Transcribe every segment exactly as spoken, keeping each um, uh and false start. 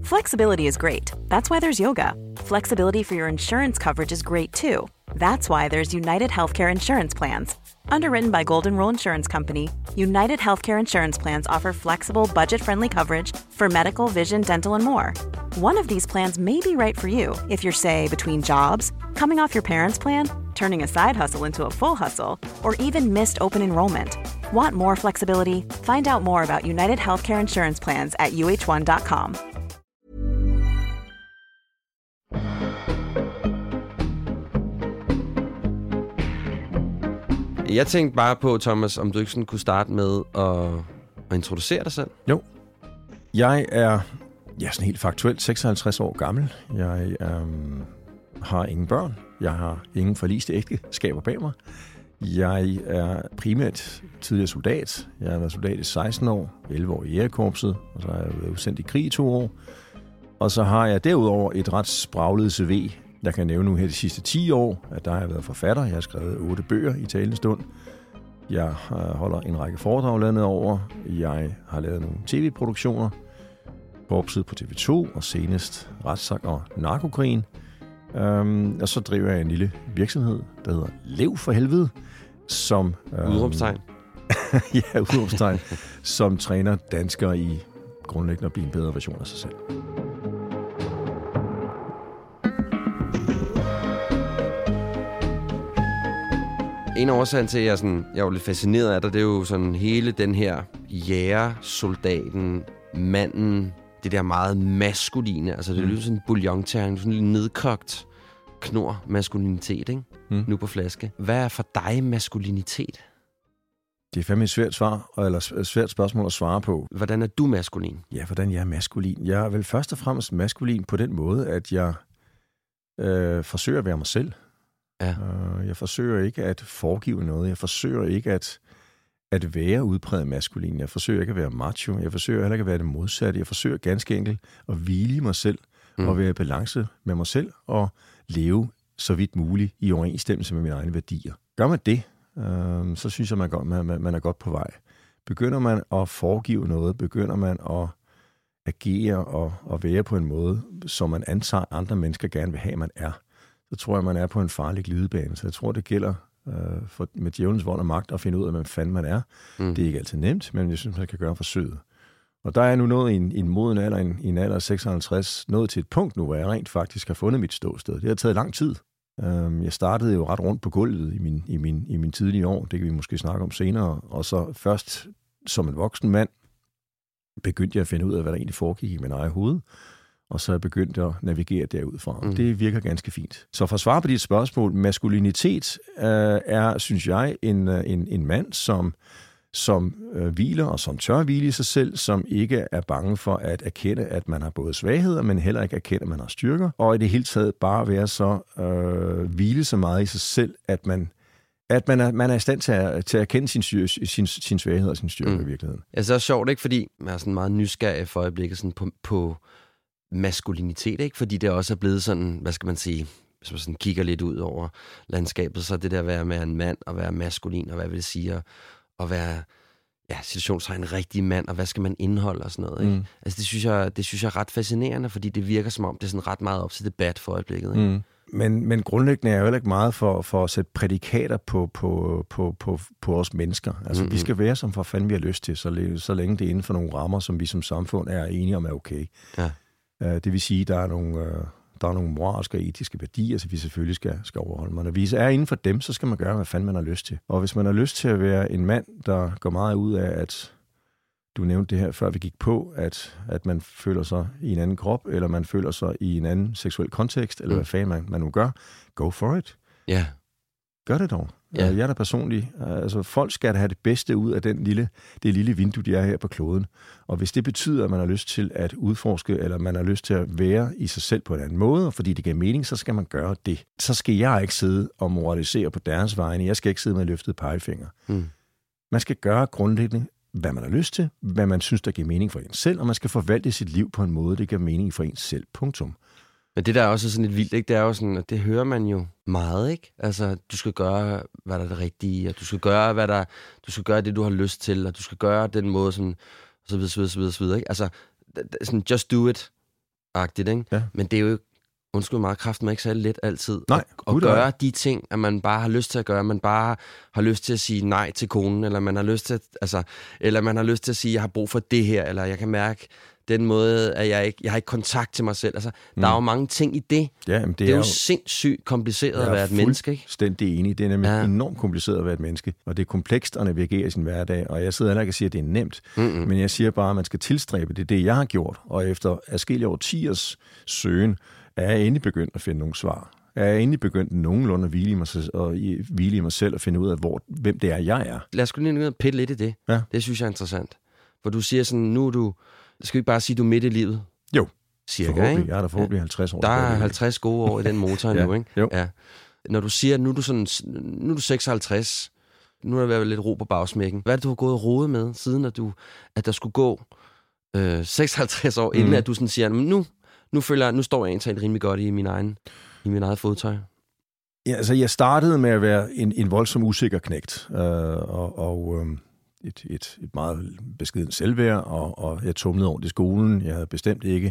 Flexibility is great. That's why there's yoga. Flexibility for your insurance coverage is great too. That's why there's United Healthcare Insurance Plans. Underwritten by Golden Rule Insurance Company, United Healthcare Insurance Plans offer flexible, budget-friendly coverage for medical, vision, dental, and more. One of these plans may be right for you if you're, say, between jobs, coming off your parents' plan, turning a side hustle into a full hustle, or even missed open enrollment. Want more flexibility? Find out more about United Healthcare Insurance Plans at U H one dot com. Jeg tænkte bare på, Thomas, om du ikke sådan kunne starte med at, at introducere dig selv? Jo. Jeg er ja, sådan helt faktuelt seksoghalvtreds år gammel. Jeg øhm, har ingen børn. Jeg har ingen forliste ægteskaber bag mig. Jeg er primært tidligere soldat. Jeg har været soldat i seksten år, elleve år i jægerkorpset, og så har jeg været udsendt i krig i to år. Og så har jeg derudover et ret spraglet C V. Jeg kan nævne nu her de sidste ti år, at der har jeg været forfatter. Jeg har skrevet otte bøger i talende stund. Jeg holder en række foredrag landet over. Jeg har lavet nogle tv-produktioner. Korpset på T V to og senest Retssak og Narkokrigen. Um, og så driver jeg en lille virksomhed, der hedder Lev for helvede, som... Um, udrumstegn. ja, udrumstegn. Som træner danskere i grundlæggende at blive en bedre version af sig selv. En af årsagen til, at jeg, sådan, jeg er jo lidt fascineret af dig, det er jo sådan hele den her jægersoldaten, manden, det der meget maskuline, altså det er jo sådan en bouillon-tæring, sådan en nedkogt knor maskulinitet, ikke? Mm. Nu på flaske. Hvad er for dig maskulinitet? Det er fandme et svært svar, eller et svært spørgsmål at svare på. Hvordan er du maskulin? Ja, hvordan jeg er maskulin? Jeg er vel først og fremmest maskulin på den måde, at jeg øh, forsøger at være mig selv. Ja. Uh, jeg forsøger ikke at foregive noget. Jeg forsøger ikke at, at være udpræget maskulin. Jeg forsøger ikke at være macho. Jeg forsøger heller ikke at være det modsatte. Jeg forsøger ganske enkelt at hvile i mig selv mm. og være i balance med mig selv og leve så vidt muligt i overensstemmelse med mine egne værdier. Gør man det, uh, så synes jeg, man, godt, man, man er godt på vej. Begynder man at foregive noget, begynder man at agere og, og være på en måde, som man antager, andre mennesker gerne vil have, man er, så tror jeg, man er på en farlig glidebane. Så jeg tror, det gælder øh, for, med djævelens vold og magt at finde ud af, hvem fanden man er. Mm. Det er ikke altid nemt, men jeg synes, man kan gøre forsøget. Og der er jeg nu nået i en, i en moden alder, en, i en alder af seksoghalvtreds, nået til et punkt nu, hvor jeg rent faktisk har fundet mit ståsted. Det har taget lang tid. Um, jeg startede jo ret rundt på gulvet i min, i, min, i min tidlige år, det kan vi måske snakke om senere, og så først som en voksen mand begyndte jeg at finde ud af, hvad der egentlig foregik i min egen hoved. Og så er jeg begyndt at navigere derudfra. Mm. Det virker ganske fint. Så for at svare på dit spørgsmål, maskulinitet øh, er, synes jeg, en, en, en mand, som, som øh, hviler og som tør hvile i sig selv, som ikke er bange for at erkende, at man har både svagheder, men heller ikke erkende, at man har styrker. Og i det hele taget bare være så øh, hvile så meget i sig selv, at man at man er, man er i stand til at, til at erkende sin, sin, sin svaghed og sin styrke mm. i virkeligheden. Altså, det er sjovt, ikke? Fordi jeg er sådan meget nysgerrig for øjeblikket sådan på... på maskulinitet, ikke? Fordi det også er blevet sådan, hvad skal man sige, hvis man sådan kigger lidt ud over landskabet, så det der at være med en mand og være maskulin, og hvad vil det sige, og, og være, ja, situationstegn en rigtig mand, og hvad skal man indeholde og sådan noget, ikke? Mm. Altså det synes jeg, det synes jeg er ret fascinerende, fordi det virker som om, det er sådan ret meget op til debat for øjeblikket, ikke? Mm. Men, men grundlæggende er jeg jo heller ikke meget for, for at sætte prædikater på, på, på, på, på os mennesker. Altså mm-hmm. vi skal være, som for fanden vi har lyst til, så, så længe det er inden for nogle rammer, som vi som samfund er enige om er okay. Ja. Det vil sige, at der er nogle, der er nogle moralske og etiske værdier, som vi selvfølgelig skal, skal overholde. Men når vi er inden for dem, så skal man gøre, hvad fanden man har lyst til. Og hvis man har lyst til at være en mand, der går meget ud af, at du nævnte det her, før vi gik på, at, at man føler sig i en anden krop, eller man føler sig i en anden seksuel kontekst, eller mm. hvad fanden man, man nu gør, go for it. Ja. Yeah. Gør det dog. Yeah. Jeg er da personlig. Altså, folk skal da have det bedste ud af den lille, det lille vindue, de er her på kloden. Og hvis det betyder, at man har lyst til at udforske, eller man har lyst til at være i sig selv på en anden måde, fordi det giver mening, så skal man gøre det. Så skal jeg ikke sidde og moralisere på deres vegne. Jeg skal ikke sidde med løftet pegefinger. Mm. Man skal gøre grundlæggende, hvad man har lyst til, hvad man synes, der giver mening for en selv, og man skal forvalte sit liv på en måde, det giver mening for en selv. Punktum. Men det der er også sådan lidt vildt, ikke? Det er jo sådan, at det hører man jo meget, ikke? Altså, du skal gøre, hvad der er det rigtige, og du skal gøre, hvad der, du skal gøre det, du har lyst til, og du skal gøre den måde, sådan, så videre, så videre, så videre, så videre, ikke? Altså, sådan, just do it. agtigt, ikke? Ja. Men det er jo undskyld meget kraft, man ikke særlig let altid. Nej, at, at gøre de ting, at man bare har lyst til at gøre. Man bare har lyst til at sige nej til konen, eller man har lyst til at, altså, eller man har lyst til at sige, jeg har brug for det her, eller jeg kan mærke den måde, at jeg ikke, jeg har ikke kontakt til mig selv. Altså, mm. der er jo mange ting i det. Ja, det, det er, er jo sindssygt kompliceret at være et menneske, ikke? Fuldstændig enig. Det er nemlig ja. enormt kompliceret at være et menneske, og det er komplekst at navigere i sin hverdag, og jeg sidder heller ikke og siger, at det er nemt, Mm-mm. men jeg siger bare, at man skal tilstræbe. Det er det, jeg har gjort, og efter adskillige årtiers søgen, er jeg endelig begyndt at finde nogle svar. Er jeg endelig begyndt nogenlunde at hvile i mig, og hvile i mig selv og finde ud af, hvor, hvem det er, jeg er. Lad os gå lige ned og pille lidt i det. Ja. Det synes jeg er interessant. For du siger sådan, nu er du... Skal vi ikke bare sige, du er midt i livet? Jo, cirka, forhåbentlig. Ikke? Jeg er der forhåbentlig halvtreds år. Der er halvtreds gode år i den motor ja. nu, ikke? Jo. Ja. Når du siger, nu er du, sådan, nu er du seksoghalvtreds, nu er der været lidt ro på bagsmækken. Hvad er det, du har gået og rodet med, siden at, du, at der skulle gå øh, seksoghalvtreds år, mm. inden at du sådan siger, nu... Nu føler jeg, nu står jeg egentlig rimelig godt i min egen, i min eget fodtøj. Ja, altså jeg startede med at være en, en voldsom usikker knægt, øh, og, og øh, et, et, et meget beskeden selvværd, og, og jeg tumlede over i skolen. Jeg havde bestemt ikke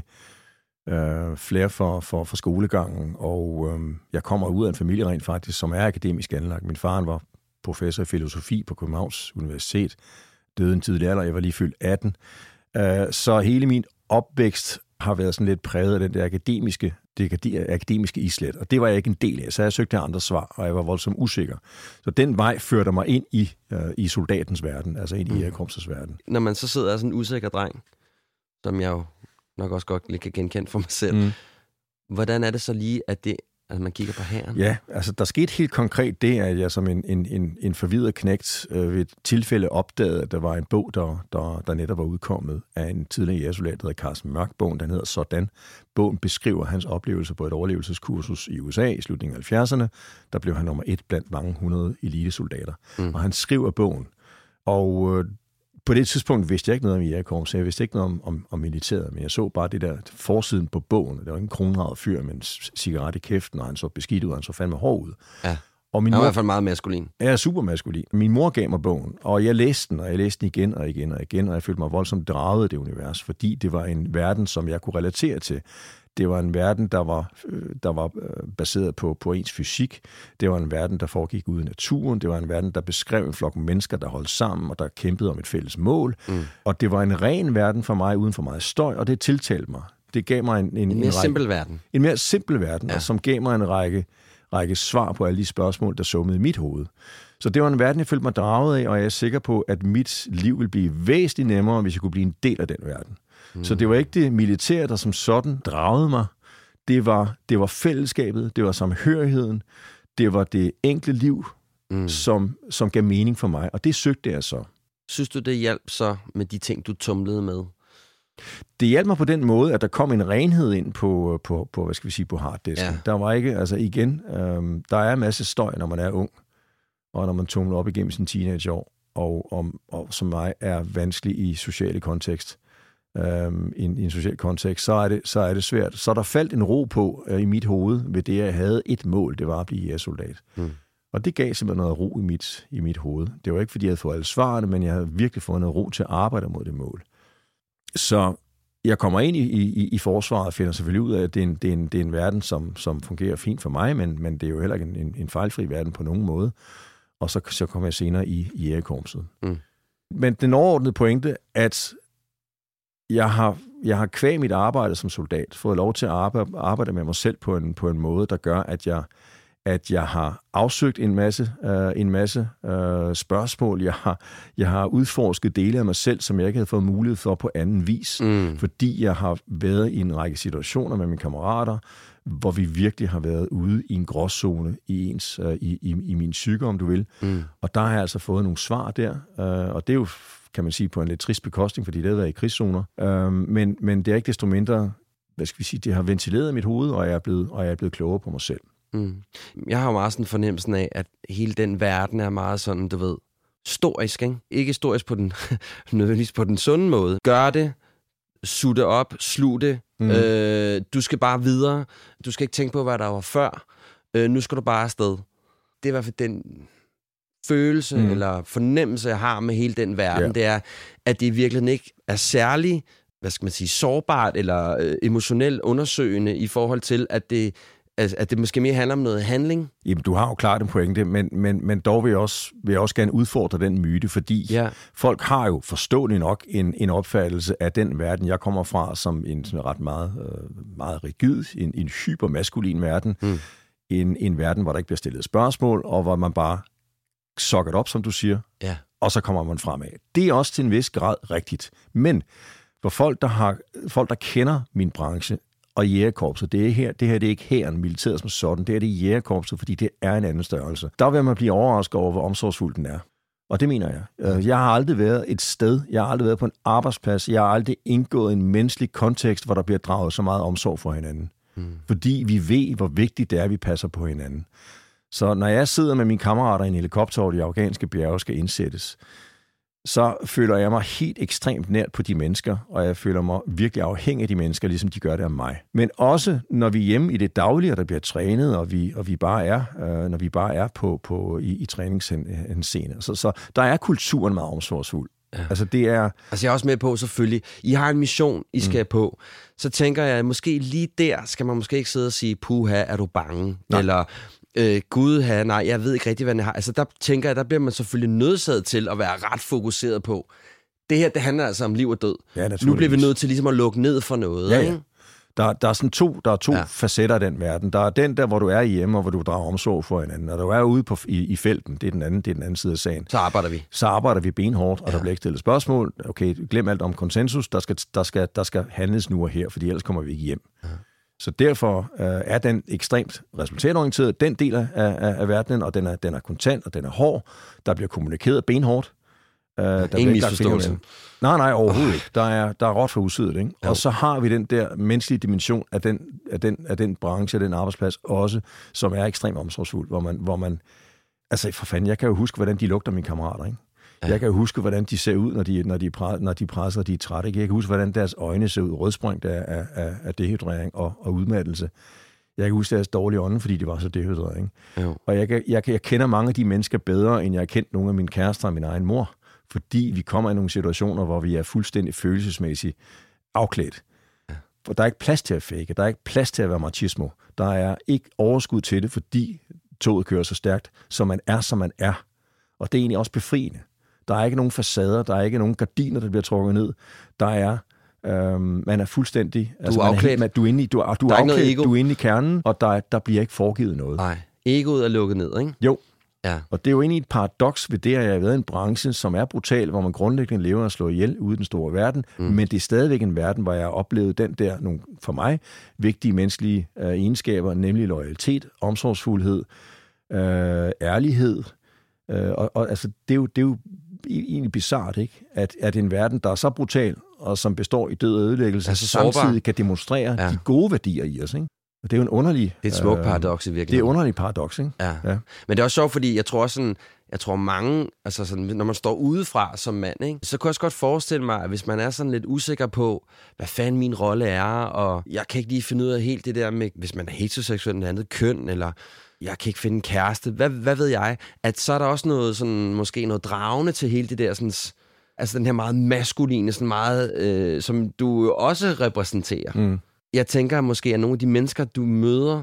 øh, flere for, for, for skolegangen, og øh, jeg kommer ud af en familie rent faktisk, som er akademisk anlagt. Min far var professor i filosofi på Københavns Universitet, døde en tidlig alder, jeg var lige fyldt atten. Øh, så hele min opvækst har været sådan lidt præget af den der akademiske, det akademiske islet, og det var jeg ikke en del af, så jeg søgte andre svar, og jeg var voldsomt usikker. Så den vej førte mig ind i, uh, i soldatens verden, altså ind i Erik Hormsøes verden. Når man så sidder sådan en usikker dreng, som jeg jo nok også godt lidt kan genkende for mig selv, mm. hvordan er det så lige, at det altså man kigger på hæren? Ja, altså der skete helt konkret det, at jeg som en, en, en, en forvirret knægt øh, ved et tilfælde opdagede, at der var en bog, der, der, der netop var udkommet af en tidligere jægersoldat, der hedder Carsten Mørk. Bogen, den hedder Sådan. Bogen beskriver hans oplevelser på et overlevelseskursus i U S A i slutningen af halvfjerdserne. Der blev han nummer et blandt mange hundrede elitesoldater. Mm. Og han skriver bogen. Og øh, på det tidspunkt vidste jeg ikke noget om Erik Hormsøe, så jeg vidste ikke noget om, om, om militæret, men jeg så bare det der forsiden på bogen. Det var en kronraget fyr med en cigaret i kæften, og han så beskidt ud, og han så fandme hård ud. Ja, og min han var mor, i hvert fald meget maskulin. Ja, super maskulin. Min mor gav mig bogen, og jeg læste den, og jeg læste den igen og igen og igen, og jeg følte mig voldsomt draget af det univers, fordi det var en verden, som jeg kunne relatere til. Det var en verden, der var, der var baseret på, på ens fysik. Det var en verden, der foregik ude i naturen. Det var en verden, der beskrev en flok mennesker, der holdt sammen og der kæmpede om et fælles mål. Mm. Og det var en ren verden for mig, uden for meget støj, og det tiltalte mig. Det gav mig en, en, en mere en række, simpel verden. En mere simpel verden, ja. Og som gav mig en række, række svar på alle de spørgsmål, der summede i mit hoved. Så det var en verden, jeg følte mig draget af, og jeg er sikker på, at mit liv ville blive væsentligt nemmere, hvis jeg kunne blive en del af den verden. Mm. Så det var ikke det militære, der som sådan dragede mig. Det var, det var fællesskabet, det var samhørigheden, det var det enkle liv, mm. som, som gav mening for mig, og det søgte jeg så. Synes du, det hjalp så med de ting, du tumlede med? Det hjalp mig på den måde, at der kom en renhed ind på, på, på hvad skal vi sige, på harddisken. Ja. Der var ikke, altså igen, øhm, der er en masse støj, når man er ung, og når man tumler op igennem sin teenageår, og, og, og som mig er vanskelig i sociale kontekst. Øhm, i, en, i en social kontekst, så er, det, så er det svært. Så der faldt en ro på øh, i mit hoved ved det, jeg havde et mål, det var at blive jægersoldat. Mm. Og det gav simpelthen noget ro i mit, i mit hoved. Det var ikke, fordi jeg havde fået alle svarene, men jeg havde virkelig fået noget ro til at arbejde mod det mål. Så jeg kommer ind i, i, i forsvaret og finder selvfølgelig ud af, at det er en, det er en, det er en verden, som, som fungerer fint for mig, men, men det er jo heller ikke en, en fejlfri verden på nogen måde. Og så, så kommer jeg senere i, i Erik Hormsøe. Mm. Men den overordnede pointe, at Jeg har, jeg har kvæg mit arbejde som soldat fået lov til at arbejde, arbejde med mig selv på en, på en måde, der gør, at jeg, at jeg har afsøgt en masse, øh, en masse øh, spørgsmål. Jeg har, jeg har udforsket dele af mig selv, som jeg ikke havde fået mulighed for på anden vis, mm. fordi jeg har været i en række situationer med mine kammerater, hvor vi virkelig har været ude i en gråzone i, ens, øh, i, i, i min psyke, om du vil. Mm. Og der har jeg altså fået nogle svar der, øh, og det er jo, kan man sige, på en lidt trist bekostning, fordi det har været i krigszoner. Øh, men, men det er ikke desto mindre, hvad skal vi sige, det har ventileret mit hoved, og jeg er blevet, og jeg er blevet klogere på mig selv. Mm. Jeg har jo meget sådan fornemmelsen af, at hele den verden er meget sådan, du ved, storisk, ikke? Ikke storisk på den, nødvendigvis på den sunde måde. Gør det, sug det op, slug det, mm. øh, du skal bare videre, du skal ikke tænke på, hvad der var før, øh, nu skal du bare afsted. Det er i hvert fald den følelse mm. eller fornemmelse, jeg har med hele den verden, ja. Det er, at det i virkeligheden ikke er særlig, hvad skal man sige, sårbart eller øh, emotionelt undersøgende i forhold til, at det, at, at det måske mere handler om noget handling? Jamen, du har jo klart en pointe, men, men, men dog vil jeg, også, vil jeg også gerne udfordre den myte, fordi ja. folk har jo forståeligt nok en, en opfattelse af den verden, jeg kommer fra, som en sådan ret meget, øh, meget rigid, en, en hypermaskulin verden. Mm. En, en verden, hvor der ikke bliver stillet spørgsmål, og hvor man bare sokker op, som du siger, ja. og så kommer man fremad. Det er også til en vis grad rigtigt. Men for folk, der, har, folk, der kender min branche og jægerkorpset, det, er her, det her det er ikke hæren, militæret som sådan, det er det jægerkorpset, fordi det er en anden størrelse. Der vil man blive overrasket over, hvor omsorgsfuld den er. Og det mener jeg. Jeg har aldrig været et sted, jeg har aldrig været på en arbejdsplads, jeg har aldrig indgået en menneskelig kontekst, hvor der bliver draget så meget omsorg for hinanden. Mm. Fordi vi ved, hvor vigtigt det er, at vi passer på hinanden. Så når jeg sidder med mine kammerater i en helikopter, og de afghanske bjerge skal indsættes, så føler jeg mig helt ekstremt nært på de mennesker, og jeg føler mig virkelig afhængig af de mennesker, ligesom de gør det af mig. Men også når vi er hjemme i det daglige, og der bliver trænet, og vi, og vi bare er, øh, når vi bare er på, på, i, i træningsscene. Så, så der er kulturen meget omsorgsfuld. Ja. Altså, det er... altså jeg er også med på, selvfølgelig. I har en mission, I skal mm. på. Så tænker jeg, måske lige der skal man måske ikke sidde og sige, puha, er du bange? Nej. Eller... Øh, Gud have, nej, jeg ved ikke rigtig, hvad den har. Altså, der tænker jeg, der bliver man selvfølgelig nødsaget til at være ret fokuseret på. Det her, det handler altså om liv og død. Ja, nu bliver vi nødt til ligesom at lukke ned for noget. Ja, ja. Ikke? Der, der er sådan to, der er to ja. facetter af den verden. Der er den der, hvor du er hjemme, og hvor du drager omsorg for hinanden. Og du er ude på, i, i felten, det er, den anden, det er den anden side af sagen. Så arbejder vi. Så arbejder vi benhårdt, og ja. der bliver ikke stillet spørgsmål. Okay, glem alt om konsensus. Der skal, der skal, der skal handles nu og her, fordi ellers kommer vi ikke hjem. Ja. Så derfor øh, er den ekstremt resultatorienteret, den del af, af, af verdenen, og den er, den er kontant, og den er hård. Der bliver kommunikeret benhårdt. Øh, der Ingen misforståelse. Nej, nej, overhovedet ikke. Der er, der er råt for usydet, ikke? Og så har vi den der menneskelige dimension af den, af den, af den branche, af den arbejdsplads også, som er ekstremt omsorgsfuld, hvor man, hvor man... Altså, for fanden, jeg kan jo huske, hvordan de lugter, mine kammerater, ikke? Ja. Jeg kan jo huske, hvordan de ser ud, når de, når de, presser, når de presser, og de er trætte. Jeg kan huske, hvordan deres øjne ser ud, rødsprængt af, af, af dehydrering og, og udmattelse. Jeg kan huske deres dårlige ånde, fordi de var så dehydrerede. Og jeg, kan, jeg, jeg kender mange af de mennesker bedre, end jeg har kendt nogle af mine kærester og min egen mor, fordi vi kommer i nogle situationer, hvor vi er fuldstændig følelsesmæssigt afklædt. Ja. For der er ikke plads til at fake, der er ikke plads til at være machismo. Der er ikke overskud til det, fordi toget kører så stærkt, så man er, som man er. Og det er egentlig også befriende. Der er ikke nogen facader, der er ikke nogen gardiner, der bliver trukket ned. Der er, øhm, man er fuldstændig... Du altså, er afklædt. Man, du er inde i, du er, du er afklædt, du er inde i kernen, og der, der bliver ikke foregivet noget. Nej, egoet er lukket ned, ikke? Jo. Ja. Og det er jo egentlig et paradoks ved det, at jeg har været i en branche, som er brutal, hvor man grundlæggende lever og slår ihjel ude i den store verden, mm. men det er stadigvæk en verden, hvor jeg har oplevet den der, nogle, for mig, vigtige menneskelige øh, egenskaber, nemlig loyalitet, omsorgsfuldhed, øh, ærlighed. Øh, og, og altså, det er jo, det er jo egentlig bizarrt, ikke? At, at en verden, der er så brutal, og som består i død og ødelæggelse, altså, samtidig kan demonstrere ja. de gode værdier i os, ikke? Og det er jo en underlig... Det er et smukt paradoks i virkeligheden. Det er et underligt paradoks, ikke? Ja. ja. Men det er også sjovt, fordi jeg tror også sådan, jeg tror mange, altså sådan, når man står udefra som mand, ikke, så kan jeg også godt forestille mig, at hvis man er sådan lidt usikker på, hvad fanden min rolle er, og jeg kan ikke lige finde ud af helt det der med, hvis man er heteroseksuel eller andet køn, eller jeg kan ikke finde en kæreste, hvad, hvad ved jeg, at så er der også noget sådan, måske noget dragende til hele det der sådan, altså den her meget maskuline, sådan meget, øh, som du også repræsenterer. Mm. Jeg tænker måske, at nogle af de mennesker, du møder,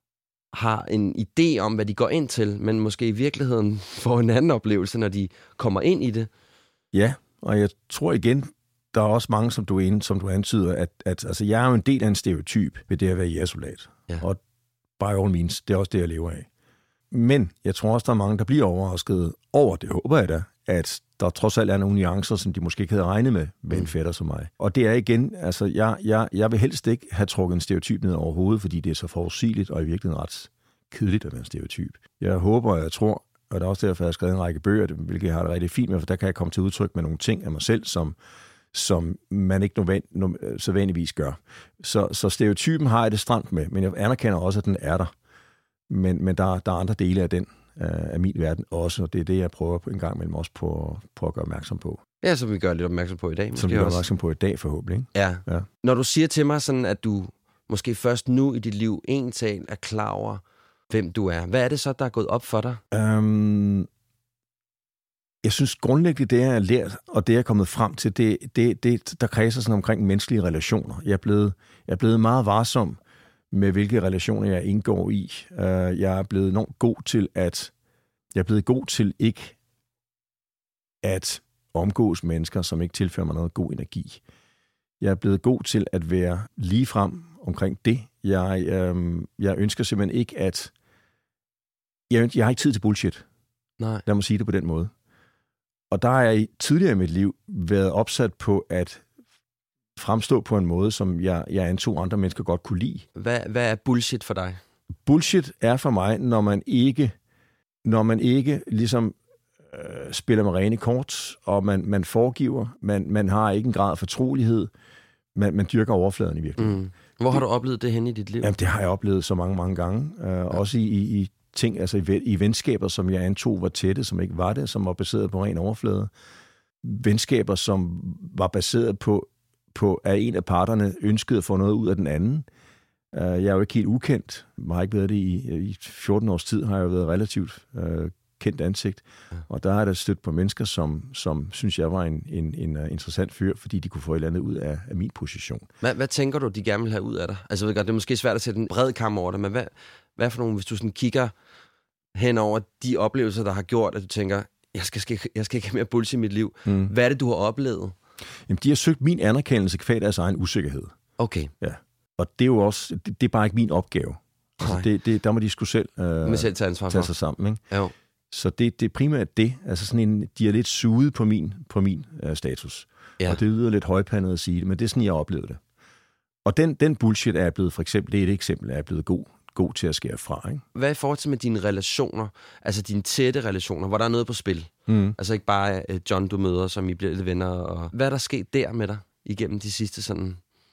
har en idé om, hvad de går ind til, men måske i virkeligheden får en anden oplevelse, når de kommer ind i det. Ja, og jeg tror igen, der er også mange, som du er inde, som du antyder, at, at altså, jeg er jo en del af en stereotyp ved det at være jægersoldat. Ja. Og by all means, det er også det, jeg lever af. Men jeg tror også, der er mange, der bliver overrasket over, det håber jeg da, at der trods alt er nogle nuancer, som de måske ikke havde regnet med, med en fætter som mig. Og det er igen, altså, jeg, jeg, jeg vil helst ikke have trukket en stereotyp ned overhovedet, fordi det er så forudsigeligt, og i virkeligheden ret kedeligt at være en stereotyp. Jeg håber, og jeg tror, og det er også derfor, jeg har skrevet en række bøger, hvilket jeg har det rigtig fint med, for der kan jeg komme til udtryk med nogle ting af mig selv, som, som man ikke nødvend, så vanligvis gør. Så, så stereotypen har jeg det stramt med, men jeg anerkender også, at den er der. Men, men der, der er andre dele af den, af min verden også, og det er det, jeg prøver en gang imellem også på, på at gøre opmærksom på. Ja, som vi gør lidt opmærksom på i dag. Som vi gør opmærksom på i dag, forhåbentlig. Ikke? Ja. ja. Når du siger til mig sådan, at du måske først nu i dit liv egentlig er klar over, hvem du er, hvad er det så, der er gået op for dig? Um, Jeg synes grundlæggende, det jeg har lært, og det jeg er kommet frem til, det, det, det der kredser sådan omkring menneskelige relationer. Jeg er blevet, jeg er blevet meget varsom med, hvilke relationer jeg indgår i. Jeg er blevet enormt god til at, jeg er blevet god til ikke at omgås mennesker, som ikke tilfører mig noget god energi. Jeg er blevet god til at være ligefrem omkring det. Jeg, øh, jeg ønsker simpelthen ikke at... Jeg, jeg har ikke tid til bullshit. Nej. Lad mig sige det på den måde. Og der har jeg tidligere i mit liv været opsat på at fremstå på en måde, som jeg, jeg antog andre mennesker godt kunne lide. Hvad, hvad er bullshit for dig? Bullshit er for mig, når man ikke, når man ikke ligesom øh, spiller med rene kort, og man, man foregiver, man, man har ikke en grad af fortrolighed, man, man dyrker overfladen i virkeligheden. Mm. Hvor har du oplevet det henne i dit liv? Jamen, det har jeg oplevet så mange, mange gange. Øh, ja. Også i, i, i ting, altså i, i venskaber, som jeg antog var tætte, som ikke var det, som var baseret på ren overflade. Venskaber, som var baseret på, på at en af parterne ønskede at få noget ud af den anden. Uh, jeg er jo ikke helt ukendt. Jeg har ikke været det i, i fjorten års tid, har jeg jo været relativt uh, kendt ansigt. Ja. Og der er der stødt på mennesker, som, som synes, jeg var en, en, en uh, interessant fyr, fordi de kunne få et eller andet ud af, af min position. Hvad, hvad tænker du, de gerne vil have ud af dig? Altså, jeg ved godt, det er måske svært at sætte en bred kam over det, men hvad, hvad for nogle, hvis du sådan kigger hen over de oplevelser, der har gjort, at du tænker, jeg skal, skal, jeg skal ikke have mere bullshit i mit liv. Mm. Hvad er det, du har oplevet? Jamen, de har søgt min anerkendelse kvad deres egen usikkerhed. Okay. Ja. Og det er jo også, det, det er bare ikke min opgave. Altså, det, det, der må de sgu selv, øh, selv tage, ansvar for. tage sig sammen. Ikke? Jo. Så det, det er primært det. Altså sådan en, de er lidt suget på min, på min øh, status. Ja. Og det lyder lidt højpandet at sige det, men det er sådan, jeg oplevede det. Og den, den bullshit er jeg blevet, for eksempel, det er et eksempel, er jeg blevet god, god til at skære fra. Ikke? Hvad er i forhold til med dine relationer, altså dine tætte relationer, hvor der er noget på spil? Mm. Altså ikke bare uh, John, du møder, som I bliver lidt venner. Og hvad er der sket der med dig igennem de sidste sådan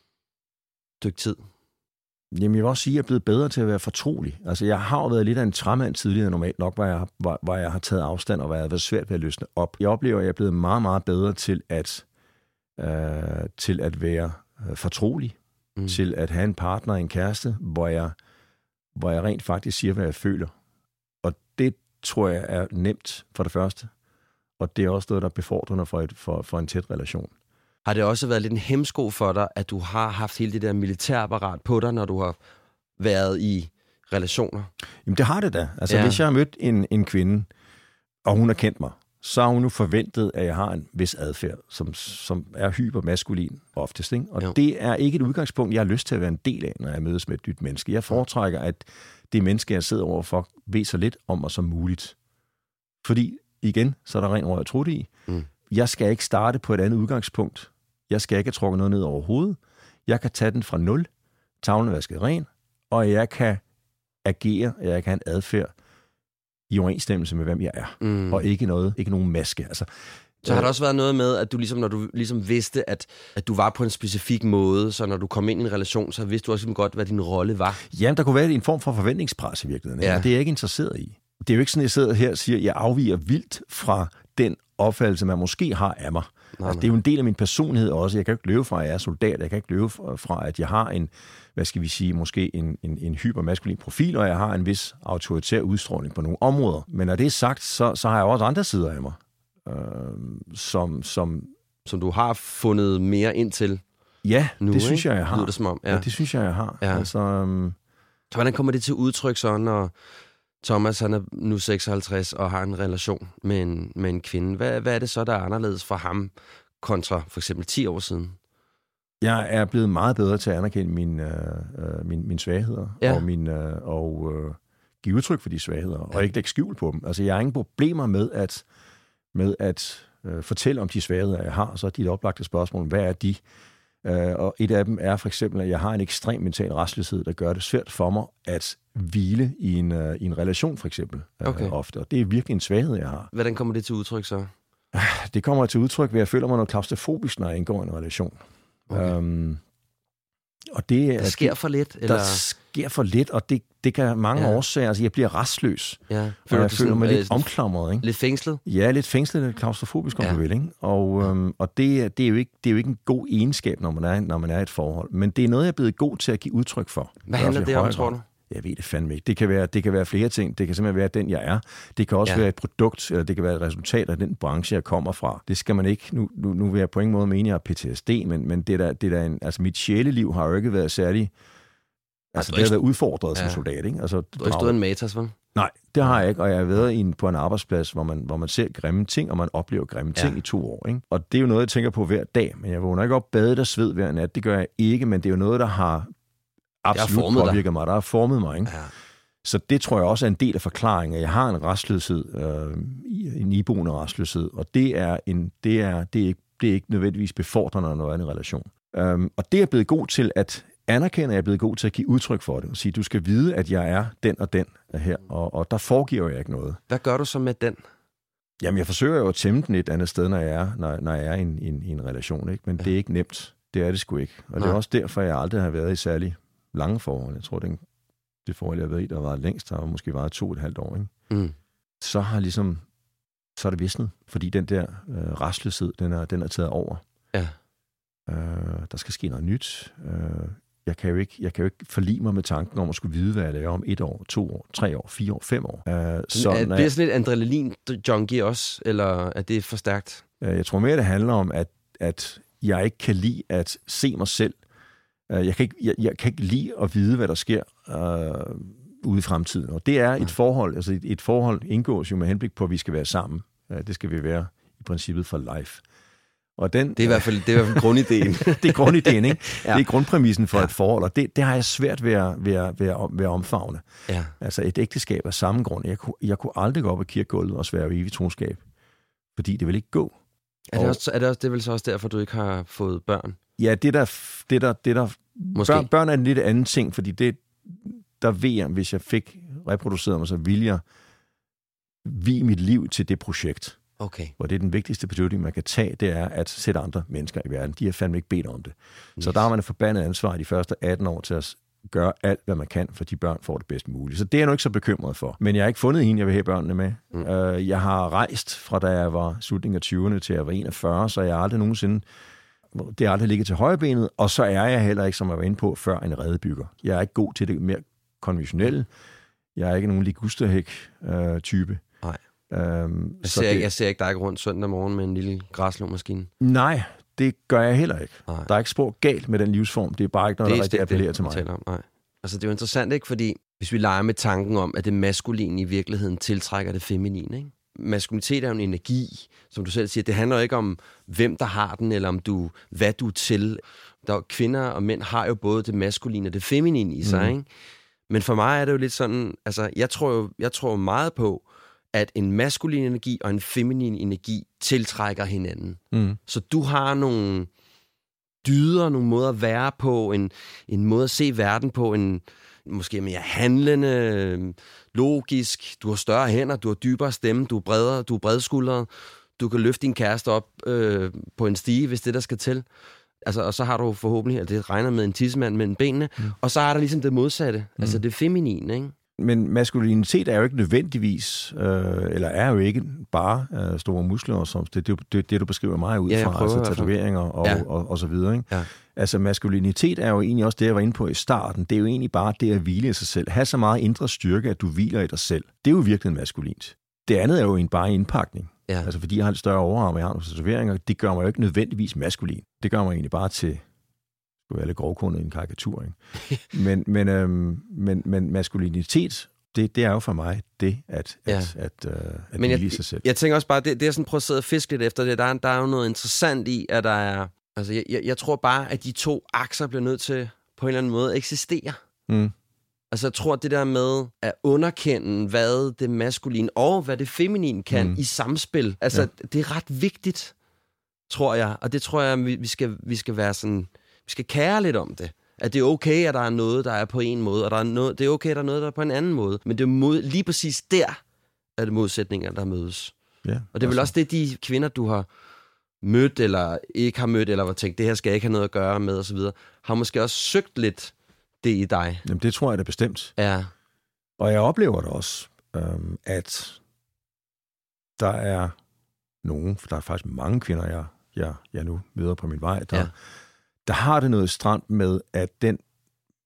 stykke tid? Jamen, jeg vil også sige, at jeg er blevet bedre til at være fortrolig. Altså, jeg har jo været lidt af en træmand tidligere normalt nok, hvor jeg, har, hvor, hvor jeg har taget afstand, og hvor jeg har været svært ved at løsne op. Jeg oplever, at jeg er blevet meget, meget bedre til at, øh, til at være øh, fortrolig, mm. til at have en partner, en kæreste, hvor jeg, hvor jeg rent faktisk siger, hvad jeg føler. Og det tror jeg er nemt for det første, og det er også noget, der er befordrende for, et, for, for en tæt relation. Har det også været lidt en hemsko for dig, at du har haft hele det der militærapparat på dig, når du har været i relationer? Jamen, det har det da. Altså, ja. Hvis jeg har mødt en, en kvinde, og hun har kendt mig, så har hun nu forventet, at jeg har en vis adfærd, som, som er hypermaskulin oftest. Ikke? Og jo. Det er ikke et udgangspunkt, jeg har lyst til at være en del af, når jeg mødes med et nyt menneske. Jeg foretrækker, at det menneske, jeg sidder overfor, ved så lidt om mig som muligt. Fordi, igen, så er der rent over at tro det i. Mm. Jeg skal ikke starte på et andet udgangspunkt. Jeg skal ikke have trukket noget ned over hovedet. Jeg kan tage den fra nul, tavlen er vasket ren, og jeg kan agere, og jeg kan have en adfærd i overensstemmelse med, hvem jeg er. Mm. Og ikke noget, ikke nogen maske. Altså, så har der også været noget med, at du ligesom, når du ligesom vidste, at, at du var på en specifik måde, så når du kom ind i en relation, så vidste du også godt, hvad din rolle var? Jamen, der kunne være en form for forventningspres i virkeligheden. Ja. Og det er jeg ikke interesseret i. Det er jo ikke sådan, at jeg sidder her og siger, at jeg afviger vildt fra den opfattelse, man måske har af mig. Nej, altså, det er jo en del af min personlighed også. Jeg kan ikke løbe fra, at jeg er soldat. Jeg kan ikke løbe fra, at jeg har en, hvad skal vi sige, måske en, en, en hypermaskulin profil, og jeg har en vis autoritær udstråling på nogle områder. Men når det er sagt, så, så har jeg også andre sider af mig, øh, som, som... Som du har fundet mere ind til. Ja, nu, det synes ikke? jeg, jeg har. Det som om, ja. Ja, det synes jeg, jeg har. Ja. Altså, um... så hvordan kommer det til udtryk så, når Thomas, han er nu seksoghalvtreds og har en relation med en, med en kvinde? Hvad, hvad er det så, der er anderledes for ham kontra for eksempel ti år siden? Jeg er blevet meget bedre til at anerkende mine, øh, mine, mine svagheder, ja. og, min, øh, og øh, give udtryk for de svagheder, ja. og ikke lægge skjul på dem. Altså, jeg har ingen problemer med at, med at øh, fortælle om de svagheder, jeg har. Så er dit oplagte spørgsmål, hvad er de? Øh, og et af dem er for eksempel, at jeg har en ekstrem mental restløshed, der gør det svært for mig at hvile i en, uh, i en relation, for eksempel, okay. uh, ofte. Og det er virkelig en svaghed, jeg har. Hvordan kommer det til udtryk så? Det kommer til udtryk ved, at jeg føler mig noget klaustrofobisk, når jeg indgår i en relation. Okay. Um, og det, der sker for lidt? Eller? Der sker for lidt, og det, det kan have mange ja. årsager. Altså, jeg bliver restløs. Ja. Føler jeg føler mig øh, lidt omklamret. Ikke? Lidt fængslet? Ja, lidt fængslet, lidt klaustrofobisk, om ja. du vil. Ikke? Og, um, og det, det, er jo ikke, det er jo ikke en god egenskab, når man, er, når man er i et forhold. Men det er noget, jeg er blevet god til at give udtryk for. Hvad handler det om, tror du? Jeg ved det fandme ikke. Det kan være, det kan være flere ting. Det kan simpelthen være den, jeg er. Det kan også ja. være et produkt, eller det kan være et resultat af den branche, jeg kommer fra. Det skal man ikke... Nu, nu, nu vil jeg på ingen måde mene, at jeg har P T S D, men, men det der, det der en, altså mit sjæleliv har jo ikke været særlig... Altså, det har været udfordret ja. som soldat, ikke? Altså, du har ikke stået en matas, vel? Nej, det har jeg ikke, og jeg har været i en, på en arbejdsplads, hvor man, hvor man ser grimme ting, og man oplever grimme ting ja. i to år. Ikke? Og det er jo noget, jeg tænker på hver dag, men jeg vågner ikke op badet og sved hver nat. Det gør jeg ikke, men det er jo noget, der har absolut har påvirket dig. mig, der har formet mig. Ikke? Ja. Så det tror jeg også er en del af forklaringen, at jeg har en restløshed, øh, en iboende restløshed, og det er, en, det er, det er, ikke, det er ikke nødvendigvis befordrende, når der er en relation. Um, og det er blevet god til at anerkende, at jeg er blevet god til at give udtryk for det, og sige, du skal vide, at jeg er den og den her, og, og der foregiver jeg ikke noget. Hvad gør du så med den? Jamen, jeg forsøger jo at tæmme den et andet sted, når jeg er, når, når jeg er i en, en, i en relation, ikke? Men ja. det er ikke nemt. Det er det sgu ikke. Og Nej. det er også derfor, jeg aldrig har været i særlig lange forhold. Jeg tror, det, det forhold, jeg har været i, der har været længst, der har måske været to og et halvt år, ikke? Mm. Så har ligesom, så er det visnet, fordi den der øh, rastløshed, den er, den er taget over. Ja. Øh, der skal ske noget nyt. Øh, Jeg kan, jo ikke, jeg kan jo ikke forlige mig med tanken om at skulle vide, hvad jeg laver om et år, to år, tre år, fire år, fem år. Uh, så er, bliver sådan lidt adrenalin-junkie også, eller er det for stærkt? Uh, jeg tror mere, det handler om, at, at jeg ikke kan lide at se mig selv. Uh, jeg, kan ikke, jeg, jeg kan ikke lide at vide, hvad der sker uh, ude i fremtiden. Og det er et ja. forhold, altså et, et forhold indgås jo med henblik på, at vi skal være sammen. Uh, det skal vi være i princippet for life. Og den, det er i hvert fald, det er i hvert fald grundideen. det er grundideen, ikke? Ja. Det er grundpræmissen for ja. et forhold, og det, det har jeg svært ved at, ved at, ved at, ved at omfavne. Ja. Altså et ægteskab af samme grund. Jeg kunne, jeg kunne aldrig gå op ad kirkegulvet og svære evigt troskab, fordi det vil ikke gå. Er det, også, er det, også, det er vel så også derfor, du ikke har fået børn? Ja, det der... Det der, det der børn, børn er en lidt anden ting, fordi det, der ved jeg, hvis jeg fik reproduceret mig, så ville jeg vie mit liv til det projekt. Okay. Hvor det er den vigtigste beslutning, man kan tage, det er at sætte andre mennesker i verden. De har fandme ikke bedt om det. Yes. Så der har man et forbandet ansvar de første atten år til at gøre alt, hvad man kan, for de børn får det bedst muligt. Så det er jeg nu ikke så bekymret for. Men jeg har ikke fundet en, jeg vil have børnene med. Mm. Uh, jeg har rejst fra da jeg var slutningen af tyverne til jeg var enogfyrre, så jeg har aldrig nogensinde... Det har aldrig ligget til højrebenet, og så er jeg heller ikke, som jeg var inde på, før en redebygger. Jeg er ikke god til det mere konventionelle. Jeg er ikke nogen ligusterhæk-type. Nej. Um, jeg, ser ikke, det, jeg ser ikke dig rundt søndag morgen med en lille græslåmaskine. Nej, det gør jeg heller ikke. Nej. Der er ikke spor galt med den livsform. Det er bare ikke noget, det der rigtig appellerer til mig. Om, nej. Altså, det er jo interessant, ikke? Fordi hvis vi leger med tanken om, at det maskuline i virkeligheden tiltrækker det feminine, ikke? Maskulinitet er jo en energi, som du selv siger. Det handler jo ikke om, hvem der har den, eller om du, hvad du er til. Der, kvinder og mænd har jo både det maskuline og det feminine i sig, mm. ikke? Men for mig er det jo lidt sådan, altså, jeg tror jo jeg tror meget på, at en maskulin energi og en feminin energi tiltrækker hinanden. Mm. Så du har nogle dyder, nogle måder at være på, en, en måde at se verden på, en måske mere handlende, logisk, du har større hænder, du har dybere stemme, du er bredere, du er bredskuldret, du kan løfte din kæreste op øh, på en stige, hvis det der skal til. Altså, og så har du forhåbentlig, at det regner med en tissemand mellem benene, mm. og så er der ligesom det modsatte, mm. altså det feminine, ikke? Men maskulinitet er jo ikke nødvendigvis, øh, eller er jo ikke bare øh, store muskler, som det, det, det, det du beskriver meget ud fra, ja, altså tatoveringer og, ja. og, og, og så videre. Ikke? Ja. Altså maskulinitet er jo egentlig også det, jeg var inde på i starten. Det er jo egentlig bare det at hvile i sig selv. Ha' så meget indre styrke, at du hviler i dig selv. Det er jo virkelig maskulint. Det andet er jo en bare indpakning. Ja. Altså fordi jeg har lidt større overarm, og jeg har nogle tatoveringer, det gør mig jo ikke nødvendigvis maskulin. Det gør mig egentlig bare til... skulle være lidt grovkornet i en karikatur, ikke? men, men, øhm, men, men maskulinitet, det, det er jo for mig det, at, ja. at, at, uh, at men hvile sig selv. Jeg tænker også bare, det, det er sådan prøvet at sidde og fiske lidt efter det, der er, der er jo noget interessant i, at der er, altså jeg, jeg, jeg tror bare, at de to akser bliver nødt til på en eller anden måde at eksistere. Mm. Altså jeg tror, det der med at underkende, hvad det maskuline og hvad det feminine kan mm. i samspil, altså ja. det er ret vigtigt, tror jeg, og det tror jeg, vi, vi, skal, vi skal være sådan... Vi skal kære lidt om det. At det er okay, at der er noget, der er på en måde, og der er noget, det er okay, at der er noget, der er på en anden måde. Men det er mod, lige præcis der, er det modsætninger, der mødes. Ja, og det er vel også det, de kvinder, du har mødt, eller ikke har mødt, eller har tænkt, det her skal jeg ikke have noget at gøre med, osv., har måske også søgt lidt det i dig. Jamen, det tror jeg da bestemt. Ja. Og jeg oplever det også, øhm, at der er nogen, for der er faktisk mange kvinder, jeg, jeg, jeg nu møder på min vej, der... Ja. Der har det noget stramt med, at den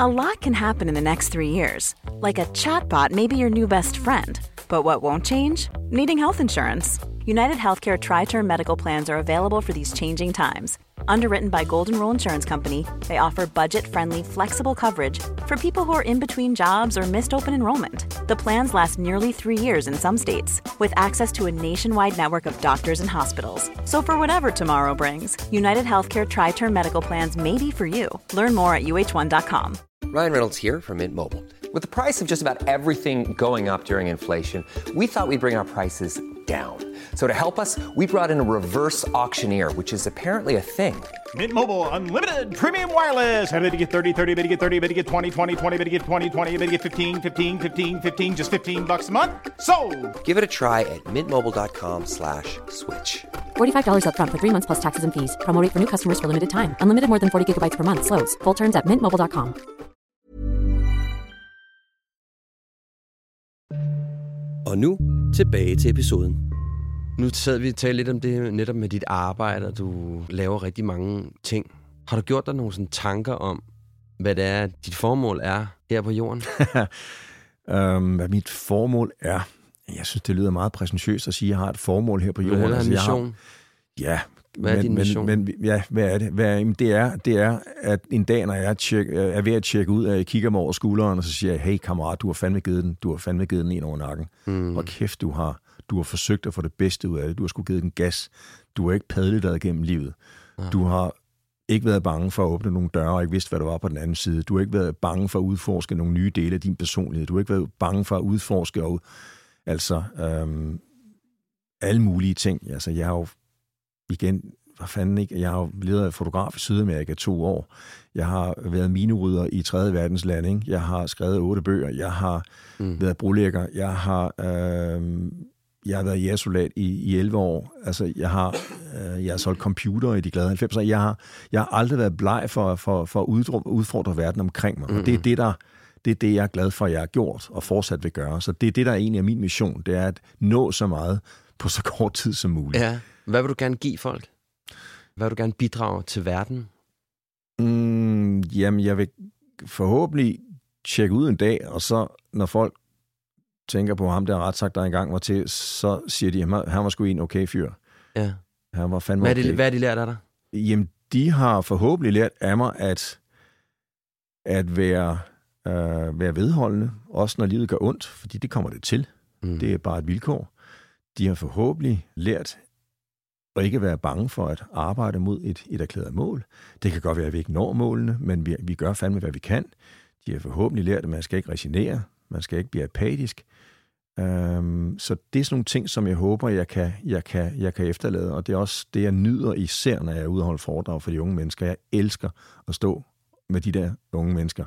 A lot can happen in the next three years. Like a chatbot may be your new best friend. But what won't change? Needing health insurance. United Healthcare Tri-Term Medical Plans are available for these changing times. Underwritten by Golden Rule Insurance Company, they offer budget-friendly, flexible coverage for people who are in between jobs or missed open enrollment. The plans last nearly three years in some states, with access to a nationwide network of doctors and hospitals. So for whatever tomorrow brings, United Healthcare Tri-Term Medical Plans may be for you. Learn more at U H one dot com. Ryan Reynolds here from Mint Mobile. With the price of just about everything going up during inflation, we thought we'd bring our prices down. So to help us, we brought in a reverse auctioneer, which is apparently a thing. Mint Mobile Unlimited Premium Wireless. How to get thirty, thirty, how to get thirty, how to get twenty, twenty, twenty, how to get twenty, twenty, how to get fifteen, fifteen, fifteen, fifteen, just fifteen bucks a month? Sold! Give it a try at mintmobile.com slash switch. forty-five dollars up front for three months plus taxes and fees. Promo rate for new customers for limited time. Unlimited more than forty gigabytes per month. Slows full terms at mint mobile dot com. Og nu tilbage til episoden. Nu sad vi og talte lidt om det netop med dit arbejde, og du laver rigtig mange ting. Har du gjort dig nogle sådan tanker om, hvad det er, dit formål er her på jorden? um, hvad mit formål er? Jeg synes, det lyder meget præsentøst at sige, at jeg har et formål her på jorden. Hvad er en altså, mission? Har, ja. Hvad er men, din mission? Men, men, ja, hvad er det? Hvad, jamen, det, er, det er, at en dag, når jeg er, tjek, er ved at tjekke ud, at jeg kigger mig over skulderen, og så siger jeg, hey kammerat, du har fandme givet den, du har fandme givet den en over nakken. Mm. Og kæft, du har, du har forsøgt at få det bedste ud af det. Du har sgu givet den gas. Du har ikke padlet dig gennem livet. Ja. Du har ikke været bange for at åbne nogle døre, og ikke vidst, hvad der var på den anden side. Du har ikke været bange for at udforske nogle nye dele af din personlighed. Du har ikke været bange for at udforske og, altså, øhm, alle mulige ting. Altså, jeg har jo igen... Hvad fanden ikke? Jeg har levet fotograf i Sydamerika to år. Jeg har været minerydder i tredje verdens land. Ikke? Jeg har skrevet otte bøger. Jeg har mm. været brolægger. Jeg har, øh, jeg har været jægersoldat i, i elleve år. Altså, jeg har, øh, jeg har solgt computer i de glade halvfemser. Jeg har, jeg har aldrig været bleg for, for, for at udfordre verden omkring mig. Mm. Og det er det, der, det er det, jeg er glad for, at jeg har gjort og fortsat vil gøre. Så det er det, der egentlig er min mission. Det er at nå så meget på så kort tid som muligt. Ja. Hvad vil du gerne give folk? Hvad vil du gerne bidrage til verden? Mm, jamen, jeg vil forhåbentlig tjekke ud en dag, og så, når folk tænker på ham, der retssagt, der engang var til, så siger de, at han var sgu en okay fyr. Ja. Han var fandme hvad er, de, okay. hvad er de lært af dig? Jamen, de har forhåbentlig lært af mig, at, at være, øh, være vedholdende, også når livet gør ondt, fordi det kommer det til. Mm. Det er bare et vilkår. De har forhåbentlig lært og ikke være bange for at arbejde mod et, et erklæret mål. Det kan godt være, at vi ikke når målene, men vi, vi gør fandme, hvad vi kan. De har forhåbentlig lært, at man skal ikke resignere, man skal ikke blive apatisk. Um, så det er sådan nogle ting, som jeg håber, jeg kan, jeg, kan, jeg kan efterlade, og det er også det, jeg nyder især, når jeg er ude og holde foredrag for de unge mennesker. Jeg elsker at stå med de der unge mennesker.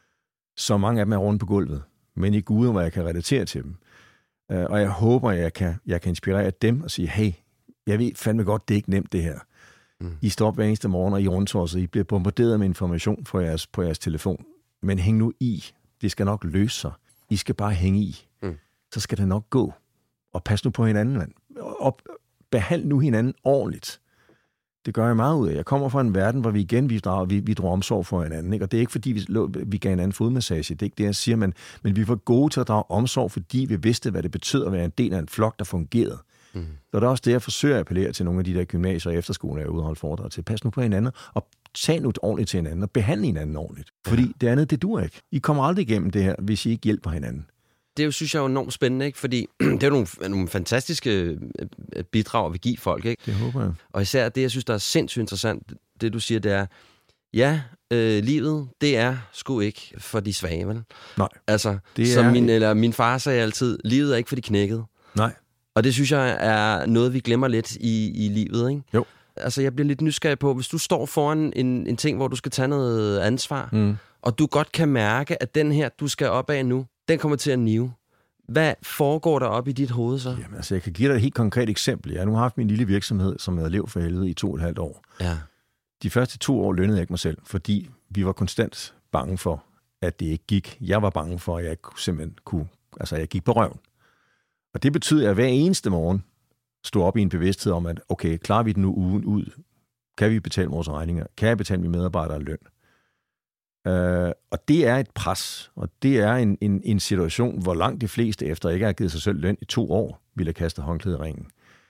Så mange af dem er rundt på gulvet, men i Gud, hvor jeg kan relatere til dem. Uh, og jeg håber, jeg kan, jeg kan inspirere dem og sige, hey, jeg ved fandme godt, det er ikke nemt, det her. Mm. I står op hver eneste morgen, og I rundtosser, I bliver bombarderet med information på jeres, på jeres telefon. Men hæng nu i. Det skal nok løse sig. I skal bare hænge i. Mm. Så skal det nok gå. Og pas nu på hinanden, mand. Og behandle nu hinanden ordentligt. Det gør jeg meget ud af. Jeg kommer fra en verden, hvor vi igen vi drager, vi, vi drager omsorg for hinanden. Ikke? Og det er ikke, fordi vi, vi gav hinanden fodmassage. Det er ikke det, jeg siger. Men, men vi var gode til at drage omsorg, fordi vi vidste, hvad det betød at være en del af en flok, der fungerede. Mm. Så det er også det, jeg forsøger at appellere til nogle af de der gymnasier og efterskoler, jeg er ude og holde foredrag til. Pas nu på hinanden, og tag nu ordentligt til hinanden, og behandle hinanden ordentligt. Fordi ja. Det andet, det duer ikke. I kommer aldrig igennem det her, hvis I ikke hjælper hinanden. Det er jo, synes jeg er enormt spændende, ikke? Fordi det er jo nogle, nogle fantastiske bidrag, vi giver folk, ikke? Det håber jeg. Og især det, jeg synes, der er sindssygt interessant, det du siger, det er, ja, øh, livet, det er sgu ikke for de svage, vel? Nej. Altså, det som er... min, eller min far sagde altid, livet er ikke for de knækkede. Nej. Og det synes jeg er noget, vi glemmer lidt i, i livet, ikke? Jo. Altså, jeg bliver lidt nysgerrig på, hvis du står foran en, en ting, hvor du skal tage noget ansvar, mm. og du godt kan mærke, at den her, du skal op af nu, den kommer til at nive. Hvad foregår der op i dit hoved så? Jamen, altså, jeg kan give dig et helt konkret eksempel. Jeg har nu haft min lille virksomhed, som jeg har levet for helvede i to og et halvt år. Ja. De første to år lønnede jeg ikke mig selv, fordi vi var konstant bange for, at det ikke gik. Jeg var bange for, at jeg ikke simpelthen kunne... Altså, jeg gik på røven. Og det betyder, at jeg hver eneste morgen stod op i en bevidsthed om, at okay, klarer vi den nu ugen ud? Kan vi betale vores regninger? Kan jeg betale mine medarbejdere løn? Øh, og det er et pres, og det er en, en, en situation, hvor langt de fleste, efter ikke har givet sig selv løn i to år, ville have kastet håndklædet i ringen.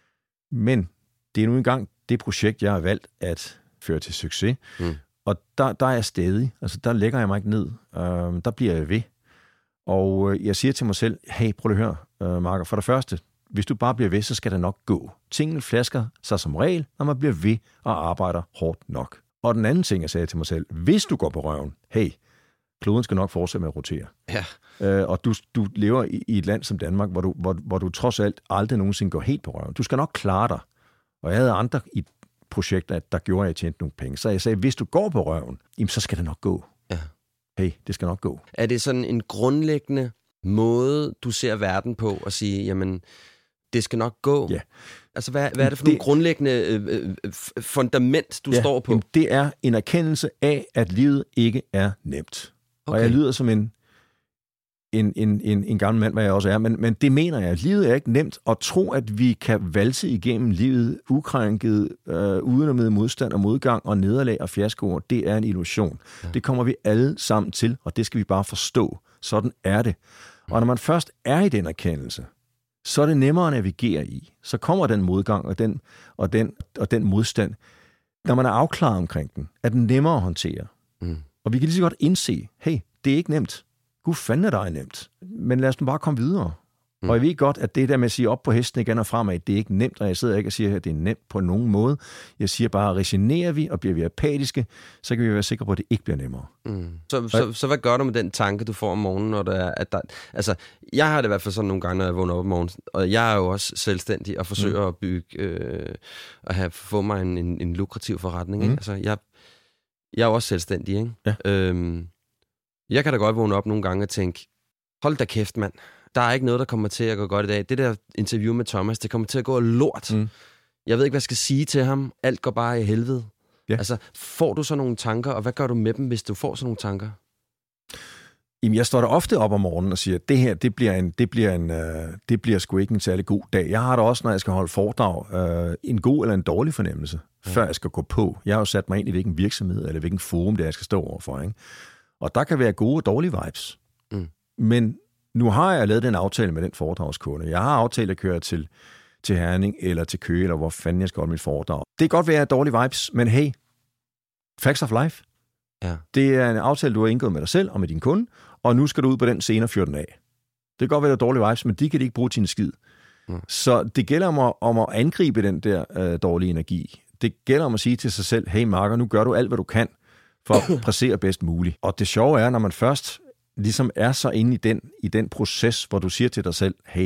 Men det er nu engang det projekt, jeg har valgt at føre til succes. Mm. Og der, der er jeg stadig. Altså, der lægger jeg mig ikke ned. Øh, der bliver jeg ved. Og jeg siger til mig selv, hey, prøv at høre, øh, Marker, for det første, hvis du bare bliver ved, så skal det nok gå. Tingene flasker sig som regel, når man bliver ved og arbejder hårdt nok. Og den anden ting, jeg sagde til mig selv, hvis du går på røven, hey, kloden skal nok fortsætte med at rotere. Ja. Øh, og du, du lever i, i et land som Danmark, hvor du, hvor, hvor du trods alt aldrig nogensinde går helt på røven. Du skal nok klare dig. Og jeg havde andre i projekter, der gjorde, at jeg tjente nogle penge. Så jeg sagde, hvis du går på røven, jamen, så skal det nok gå. Ja. Hey, det skal nok gå. Er det sådan en grundlæggende måde, du ser verden på, at sige, jamen, det skal nok gå? Ja. Altså, hvad, hvad er det for det, nogle grundlæggende øh, øh, fundament, du ja, står på? Jamen, det er en erkendelse af, at livet ikke er nemt. Okay. Og jeg lyder som en, en, en, en, en gammel mand, hvad jeg også er, men, men det mener jeg, at livet er ikke nemt, og tro, at vi kan valse igennem livet ukrænket, øh, uden at møde modstand og modgang og nederlag og fiaskoer, det er en illusion. Ja. Det kommer vi alle sammen til, og det skal vi bare forstå. Sådan er det. Og når man først er i den erkendelse, så er det nemmere at navigere i. Så kommer den modgang og den, og den, og den modstand. Når man er afklaret omkring den, er den nemmere at håndtere. Mm. Og vi kan lige så godt indse, hey, det er ikke nemt. Gud fanden er det er nemt. Men lad os nu bare komme videre. Mm. Og jeg ved godt, at det der med at sige op på hesten igen og fremad, det er ikke nemt, og jeg sidder ikke og siger, at det er nemt på nogen måde. Jeg siger bare, at resignerer vi og bliver vi apatiske, så kan vi være sikre på, at det ikke bliver nemmere. Mm. Så, så, så hvad gør du med den tanke, du får om morgenen, når der er, at der... Altså, jeg har det i hvert fald sådan nogle gange, når jeg vågner op om morgenen, og jeg er jo også selvstændig og forsøger mm. at bygge, øh, at have, få mig en, en, en lukrativ forretning. Mm. Ikke? Altså, jeg, jeg er jo også selvstændig, ikke? Ja. Øhm, jeg kan da godt vågne op nogle gange og tænke, hold da kæft, mand. Der er ikke noget, der kommer til at gå godt i dag. Det der interview med Thomas, det kommer til at gå lort. Mm. Jeg ved ikke, hvad jeg skal sige til ham. Alt går bare i helvede. Ja. Altså, får du så nogle tanker, og hvad gør du med dem, hvis du får sådan nogle tanker? Jamen, jeg står der ofte op om morgenen og siger, at det her, det bliver, en, det, bliver en, uh, det bliver sgu ikke en særlig god dag. Jeg har da også, når jeg skal holde foredrag, uh, en god eller en dårlig fornemmelse, ja. Før jeg skal gå på. Jeg har jo sat mig ind i, hvilken virksomhed eller hvilken forum, det er, jeg skal stå overfor. Ikke? Og der kan være gode og dårlige vibes. Mm. Men nu har jeg lavet den aftale med den foredragskunde. Jeg har aftalt at køre til, til Herning eller til Køge, eller hvor fanden jeg skal holde mit foredrag. Det kan godt være dårlige vibes, men hey, facts of life. Ja. Det er en aftale, du har indgået med dig selv og med din kunde, og nu skal du ud på den scene og fyre den af. Det kan godt være, der er dårlige vibes, men de kan de ikke bruge til en skid. Mm. Så det gælder om at, om at angribe den der øh, dårlige energi. Det gælder om at sige til sig selv, hey Marker, nu gør du alt, hvad du kan for at præstere bedst muligt. Og det sjove er, når man først ligesom er så inde i den, i den proces, hvor du siger til dig selv, hey,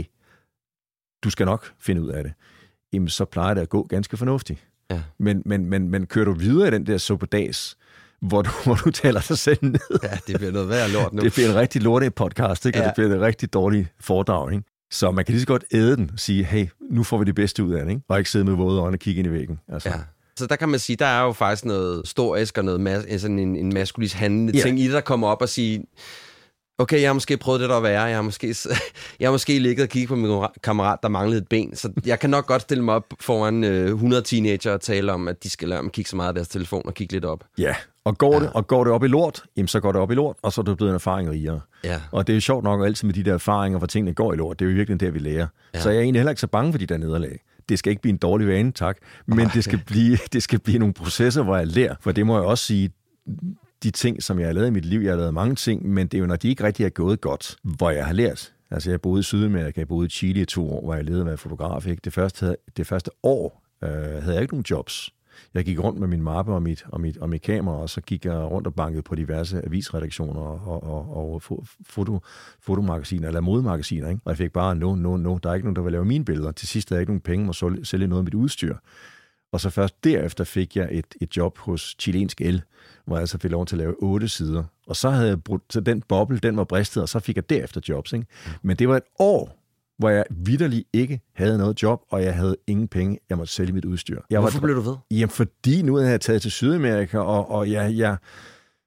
du skal nok finde ud af det, jamen så plejer det at gå ganske fornuftigt. Ja. Men, men, men, men kører du videre i den der suppedags, hvor du, hvor du taler dig selv ned. Ja, det bliver noget værd lort nu. Det bliver en rigtig lortet podcast, ikke? Ja. Og det bliver en rigtig dårlig foredrag, ikke? Så man kan lige så godt æde den og sige, hey, nu får vi det bedste ud af det, ikke? Og ikke sidde med våde øjne og kigge ind i væggen. Altså. Ja. Så der kan man sige, der er jo faktisk noget storisk og noget mas- sådan en, en maskulis handlende ja. ting i det, der kommer op og sige, okay, jeg har måske prøvet det der at være, jeg har måske, jeg har måske ligget og kigget på min kammerat, der manglede et ben, så jeg kan nok godt stille mig op foran øh, hundrede teenager og tale om, at de skal lade dem kigge så meget af deres telefon og kigge lidt op. Ja, og går, ja. det, og går det op i lort, jamen så går det op i lort, og så er det blevet en erfaring rigere. Ja. Og det er jo sjovt nok altid med de der erfaringer, hvor tingene går i lort, det er jo virkelig der, vi lærer. Ja. Så jeg er egentlig heller ikke så bange for de der nederlag. Det skal ikke blive en dårlig vane, tak, men okay. det, skal blive, det skal blive nogle processer, hvor jeg lærer, for det må jeg også sige, de ting, som jeg har lavet i mit liv, jeg har lavet mange ting, men det er jo, når de ikke rigtig er gået godt, hvor jeg har lært. Altså, jeg boede i Sydamerika, jeg boede i Chile i to år, hvor jeg levede med fotograf. Ikke? Det, første, det første år øh, havde jeg ikke nogen jobs. Jeg gik rundt med min mappe og mit, og, mit, og mit kamera, og så gik jeg rundt og bankede på diverse avisredaktioner og, og, og foto, fotomagasiner, eller modemagasiner. Ikke? Og jeg fik bare, no, no, no, der er ikke nogen, der vil lave mine billeder. Til sidst havde jeg ikke nogen penge, og sælge noget af mit udstyr. Og så først derefter fik jeg et, et job hos Chilensk El, hvor jeg så fik lov til at lave otte sider. Og så havde jeg brugt, så den boble, den var bristet, og så fik jeg derefter jobs. Ikke? Men det var et år, hvor jeg vitterligt ikke havde noget job, og jeg havde ingen penge. Jeg måtte sælge mit udstyr. Jeg Hvorfor var, blev du ved? Jamen, fordi nu havde jeg taget til Sydamerika, og, og jeg, jeg,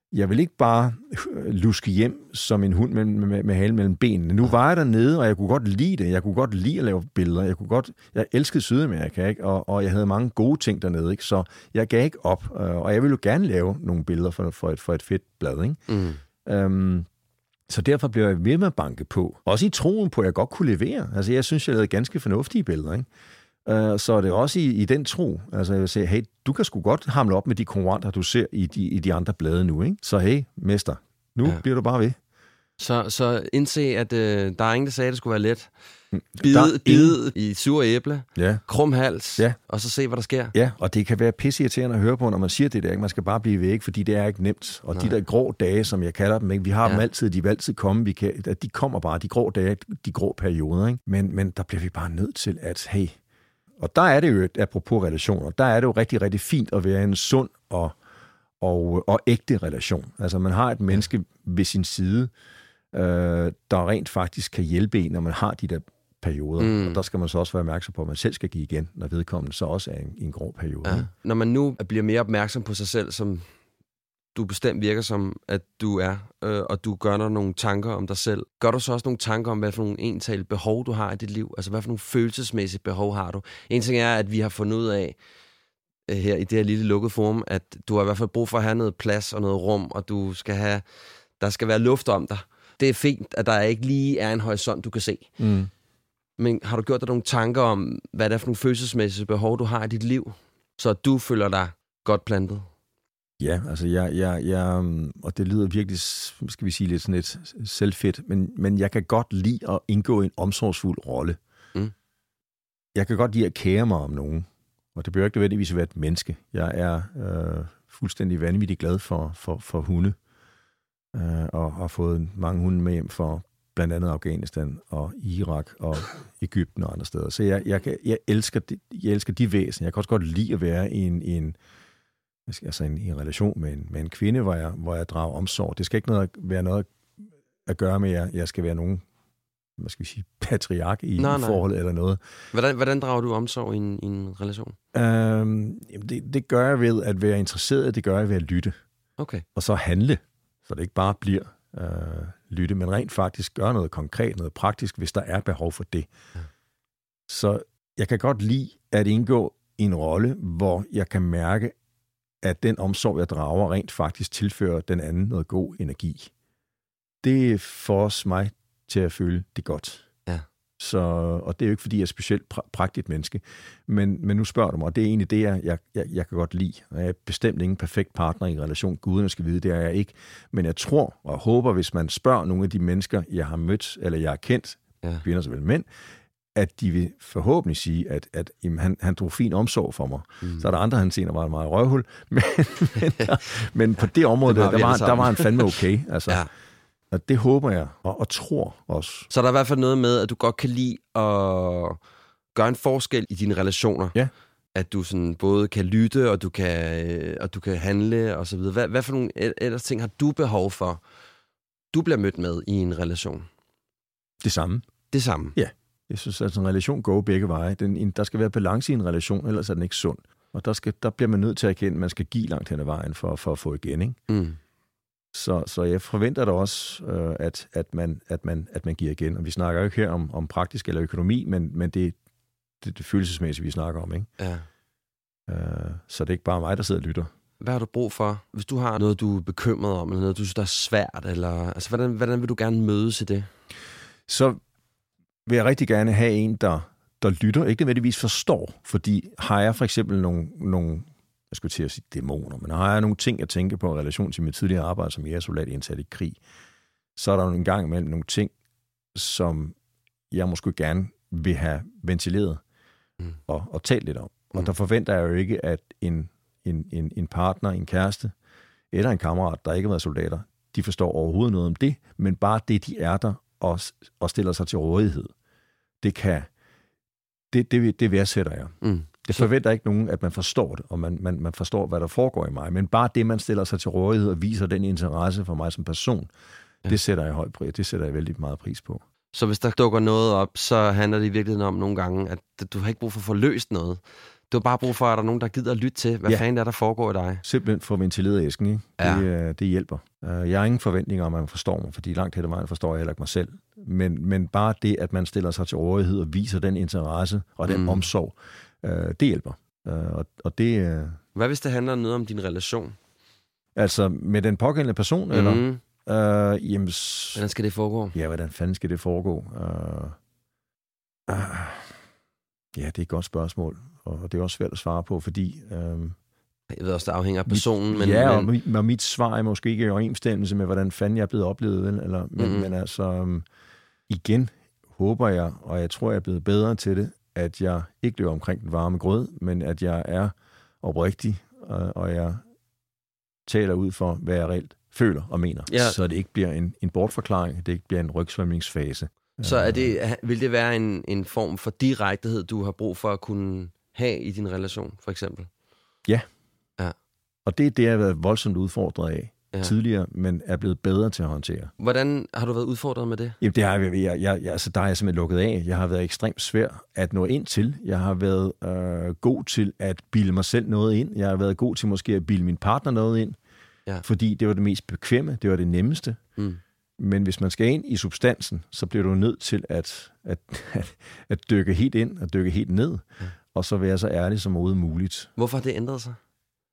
jeg vil ikke bare luske hjem som en hund med, med, med halen mellem benene. Nu var jeg dernede, og jeg kunne godt lide det. Jeg kunne godt lide at lave billeder. Jeg kunne godt, jeg elskede Sydamerika, ikke? Og, og jeg havde mange gode ting dernede, ikke? Så jeg gav ikke op. Og jeg ville jo gerne lave nogle billeder for, for, et, for et fedt blad, ikke? Mm. Øhm, så derfor blev jeg ved med at banke på. Også i troen på, at jeg godt kunne levere. Altså, jeg synes, jeg lavede ganske fornuftige billeder, ikke? Uh, så er det også i, i den tro. Altså, jeg vil sige, hey, du kan sgu godt hamle op med de konkurrenter, du ser i de, i de andre blade nu, ikke? Så hey, mester, nu ja. bliver du bare ved. Så, så indse, at øh, der er ingen, der sagde, at det skulle være let. Bide, bide i sur æble, ja. Krum hals, ja. Og så se, hvad der sker. Ja, og det kan være pisseirriterende at høre på, når man siger det der, ikke? Man skal bare blive væk, fordi det er ikke nemt. Og Nej. de der grå dage, som jeg kalder dem, ikke? Vi har ja. dem altid, de vil altid komme. Vi kan, de kommer bare, de grå dage, de grå perioder, ikke? Men, men der bliver vi bare nødt til at, hey, og der er det jo, apropos relationer, der er det jo rigtig, rigtig fint at være en sund og, og, og ægte relation. Altså man har et menneske ved sin side, øh, der rent faktisk kan hjælpe en, når man har de der perioder. Mm. Og der skal man så også være opmærksom på, at man selv skal give igen, når vedkommende så også er i en, en grå periode. Ja. Når man nu bliver mere opmærksom på sig selv, som du bestemt virker som, at du er, øh, og du gør dig nogle tanker om dig selv. Gør du så også nogle tanker om, hvad for nogle entalige behov, du har i dit liv? Altså, hvad for nogle følelsesmæssige behov har du? En ting er, at vi har fundet ud af, øh, her i det her lille lukkede forum, at du har i hvert fald brug for at have noget plads og noget rum, og du skal have, der skal være luft om dig. Det er fint, at der ikke lige er en horisont, du kan se. Mm. Men har du gjort dig nogle tanker om, hvad det er for nogle følelsesmæssige behov, du har i dit liv, så du føler dig godt plantet? Ja, altså jeg, jeg, jeg, og det lyder virkelig, skal vi sige, lidt sådan et selvfedt, men, men jeg kan godt lide at indgå i en omsorgsfuld rolle. Mm. Jeg kan godt lide at kære mig om nogen, og det behøver ikke nødvendigvis at være et menneske. Jeg er øh, fuldstændig vanvittigt glad for, for, for hunde, øh, og har fået mange hunde med hjem for blandt andet Afghanistan og Irak og Egypten og andre steder. Så jeg, jeg, jeg, elsker, de, jeg elsker de væsener. Jeg kan også godt lide at være i en, i en altså en, en relation med en, med en kvinde, hvor jeg, hvor jeg drager omsorg. Det skal ikke noget, være noget at gøre med, at jeg skal være nogen, hvad skal vi sige, patriark i nej, forholdet nej. eller noget. Hvordan, hvordan drager du omsorg i en, i en relation? Øhm, det, det gør jeg ved at være interesseret, det gør jeg ved at lytte. Okay. Og så handle, så det ikke bare bliver øh, lytte, men rent faktisk gøre noget konkret, noget praktisk, hvis der er behov for det. Ja. Så jeg kan godt lide at indgå i en rolle, hvor jeg kan mærke, at den omsorg, jeg drager, rent faktisk tilfører den anden noget god energi. Det får også mig til at føle det godt. Ja. Så, og det er jo ikke, fordi jeg er specielt pra- prægtigt menneske, men, men nu spørger du mig, og det er egentlig det, jeg, jeg, jeg kan godt lide. Jeg er bestemt ingen perfekt partner i relation. Guderne skal vide, det er jeg ikke. Men jeg tror og håber, hvis man spørger nogle af de mennesker, jeg har mødt, eller jeg har kendt, ja. kvinder såvel mænd, at de vil forhåbentlig sige, at, at jamen, han, han drog fin omsorg for mig. Mm. Så er der andre, han senere var en meget røvhul. Men, men, der, men på det område, det der, der, var, der var han fandme okay. Altså, ja. Og det håber jeg, og, og tror også. Så der er i hvert fald noget med, at du godt kan lide at gøre en forskel i dine relationer. Ja. At du sådan både kan lytte, og du kan, og du kan handle, og så videre. Hvad, hvad for nogle ellers ting har du behov for, du bliver mødt med i en relation? Det samme. Det samme? Ja. Jeg synes, at en relation går begge veje. Den, en, der skal være balance i en relation, ellers er den ikke sund. Og der, skal, der bliver man nødt til at erkende, at man skal give langt hen ad vejen for, for at få igen. Ikke? Mm. Så, så jeg forventer da også, øh, at, at, man, at, man, at man giver igen. Og vi snakker jo ikke her om, om praktisk eller økonomi, men, men det er det, det følelsesmæssige, vi snakker om. Ikke? Ja. Øh, så det er ikke bare mig, der sidder og lytter. Hvad har du brug for, hvis du har noget, du er bekymret om, eller noget, du synes, der er svært? Eller, altså, hvordan, hvordan vil du gerne mødes i det? Så vil jeg rigtig gerne have en, der, der lytter, ikke nødvendigvis forstår, fordi har jeg for eksempel nogle, nogle jeg skulle til at sige dæmoner, men har jeg nogle ting at tænke på i relation til mit tidligere arbejde som jægersoldat indsat i krig, så er der en gang imellem nogle ting, som jeg måske gerne vil have ventileret mm. og, og talt lidt om. Mm. Og der forventer jeg jo ikke, at en, en, en, en partner, en kæreste eller en kammerat, der ikke har været soldater, de forstår overhovedet noget om det, men bare det, de er der og, og stiller sig til rådighed. Det kan, det, det, det værdsætter jeg. Mm. Det forventer ikke nogen, at man forstår det, og man, man, man forstår, hvad der foregår i mig, men bare det, man stiller sig til rådighed og viser den interesse for mig som person, ja. det sætter jeg højt pris, det sætter jeg vældig meget pris på. Så hvis der dukker noget op, så handler det i virkeligheden om nogle gange, at du har ikke brug for at få løst noget. Du har bare brug for, at der er nogen, der gider at lytte til, hvad ja. fanden er der foregår i dig. Simpelthen for ventileret æsken, ikke? Ja. Det, det hjælper. Jeg har ingen forventninger om, at man forstår mig, fordi langt hen ad vejen forstår jeg heller ikke mig selv. Men, men bare det, at man stiller sig til rådighed og viser den interesse og den mm. omsorg, øh, det hjælper. Øh, og, og det, øh... Hvad hvis det handler noget om din relation? Altså med den pågældende person, mm. eller? Øh, jamen, hvordan skal det foregå? Ja, hvordan fanden skal det foregå? Øh, øh, ja, det er et godt spørgsmål, og det er også svært at svare på, fordi... Øh, jeg ved også, det afhænger af personen, men... Ja, men... og, og mit svar er måske ikke i overensstemmelse med, hvordan fanden jeg er blevet oplevet, eller, men, mm-hmm. men altså, um, igen håber jeg, og jeg tror, jeg er blevet bedre til det, at jeg ikke løber omkring den varme grød, men at jeg er oprigtig, og, og jeg taler ud for, hvad jeg reelt føler og mener, ja. Så det ikke bliver en, en bortforklaring, det ikke bliver en rygsvømningsfase. Så er det, vil det være en, en form for direktehed, du har brug for at kunne have i din relation, for eksempel? Ja. Ja. Og det er det, jeg har været voldsomt udfordret af ja. tidligere, men er blevet bedre til at håndtere. Hvordan har du været udfordret med det? Jamen, det har jeg, jeg, jeg, altså, der er jeg simpelthen lukket af. Jeg har været ekstremt svær at nå ind til. Jeg har været øh, god til at bilde mig selv noget ind. Jeg har været god til måske at bilde min partner noget ind, ja. Fordi det var det mest bekvemme, det var det nemmeste. Mm. Men hvis man skal ind i substansen, så bliver du nødt til at, at, at, at dykke helt ind og dykke helt ned, ja. Og så være så ærlig som overhovedet muligt. Hvorfor har det ændret sig?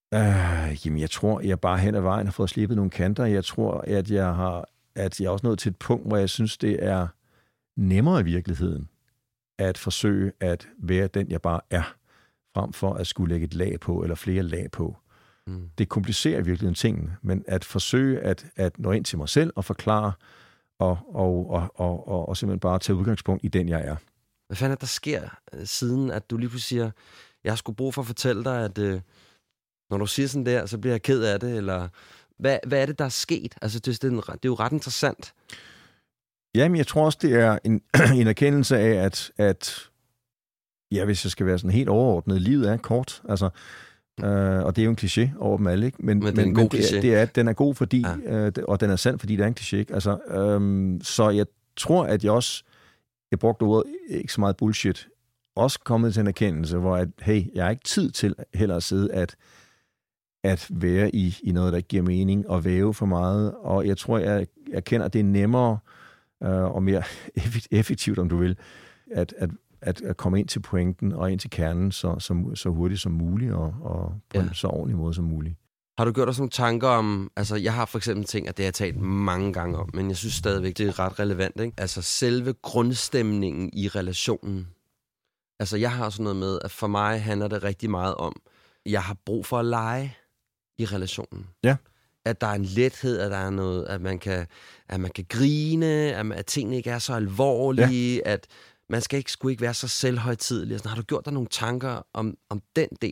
Uh, jamen, jeg tror, jeg bare hen ad vejen har fået slippet nogle kanter. Jeg tror, at jeg har, at jeg er også nået til et punkt, hvor jeg synes, det er nemmere i virkeligheden at forsøge at være den, jeg bare er, frem for at skulle lægge et lag på, eller flere lag på. Mm. Det komplicerer i virkeligheden tingene, men at forsøge at, at nå ind til mig selv og forklare, og, og, og, og, og, og simpelthen bare tage udgangspunkt i den, jeg er. Hvad fanden er der sker, siden at du lige pludselig siger, jeg har sgu brug for at fortælle dig, at øh, når du siger sådan der, så bliver jeg ked af det, eller hvad, hvad er det, der er sket? Altså, det, det, er, det er jo ret interessant. Jamen, jeg tror også, det er en, en erkendelse af, at, at ja, hvis jeg skal være sådan helt overordnet, livet er kort, altså, øh, og det er jo en kliché over dem alle, ikke? Men, men det er en god men kliché. Det er, det er, den er god, fordi, ja. øh, og den er sand, fordi det er en kliché, ikke? Altså, øh, så jeg tror, at jeg også, jeg brugte ordet ikke så meget bullshit, også kommet til en erkendelse, hvor at, hey, jeg har ikke tid til heller at sidde at, at være i, i noget, der ikke giver mening, og væve for meget, og jeg tror, jeg, jeg kender, at det er nemmere øh, og mere effektivt, om du vil, at, at, at, at komme ind til pointen og ind til kernen så, så, så hurtigt som muligt, og, og på ja. en så ordentlig måde som muligt. Har du gjort dig sådan nogle tanker om, altså jeg har for eksempel ting, at det har jeg talt mange gange om, men jeg synes stadigvæk, det er ret relevant, ikke? Altså selve grundstemningen i relationen. Altså jeg har sådan noget med, at for mig handler det rigtig meget om, jeg har brug for at lege i relationen. Ja. At der er en lethed, at der er noget, at man kan, at man kan grine, at, man, at tingene ikke er så alvorlige, ja. At man skal ikke, skulle ikke være så selvhøjtidelig. Har du gjort dig nogle tanker om, om den del?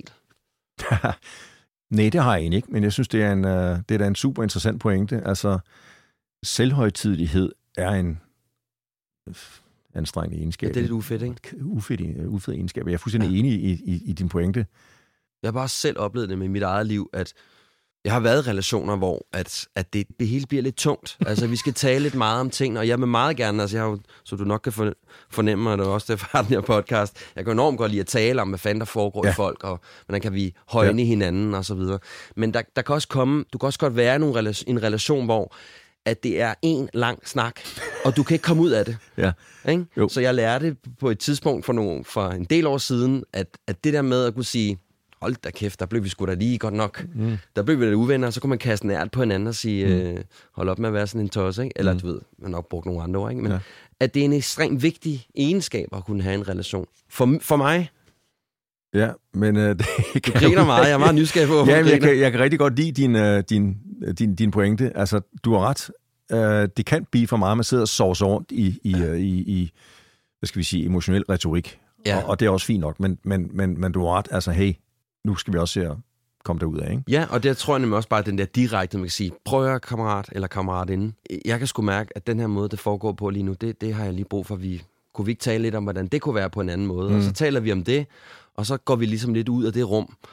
Nej, det har jeg egentlig ikke, men jeg synes, det er, en, uh, det er da en super interessant pointe. Altså, selvhøjtidelighed er en anstrengende egenskab. Ja, det er lidt ufedt, ikke? Ufedt, ufed egenskab. Jeg er fuldstændig ja. enig i, i, i din pointe. Jeg har bare selv oplevet det med mit eget liv, at jeg har været i relationer, hvor at, at det, det hele bliver lidt tungt. Altså, vi skal tale lidt meget om ting, og jeg vil meget gerne, altså, jeg har jo, så du nok kan fornemme, og det er også derfor, jeg har den her podcast, jeg kan enormt godt lide at tale om, hvad fanden der foregår ja. i folk, og hvordan kan vi højne ja. hinanden, og så videre. Men der, der kan også komme, du kan også godt være i nogle, en relation, hvor at det er en lang snak, og du kan ikke komme ud af det. Ja. Ikke? Så jeg lærte på et tidspunkt for, nogle, for en del år siden, at, at det der med at kunne sige, hold da kæft, der blev vi sgu da lige godt nok. Mm. Der blev vi da uvenner, og så kunne man kaste en ært på hinanden og sige, mm. øh, hold op med at være sådan en tosse, ikke? Eller mm. du ved, man har nok brugt nogle andre ord, ikke? Men ja. At det er en ekstremt vigtig egenskab at kunne have en relation. For, for mig. Ja, men øh, det du griner meget, jeg er meget nysgerrig på. Ja, jeg kan, jeg kan rigtig godt lide din, øh, din, din, din pointe. Altså, du har ret. Øh, det kan blive for meget, at man sidder og sover rundt i, i, ja. i, i, hvad skal vi sige, emotionel retorik. Ja. Og, og det er også fint nok, men, men, men, men du har ret. Altså, hey, nu skal vi også se at komme derud af, ikke? Ja, og det tror jeg nemlig også bare, den der direkte, man kan sige, prøv at høre, kammerat eller kammeratinde. Jeg kan sgu mærke, at den her måde, det foregår på lige nu, det, det har jeg lige brug for. Vi, kunne vi ikke tale lidt om, hvordan det kunne være på en anden måde? Mm. Og så taler vi om det, og så går vi ligesom lidt ud af det rum.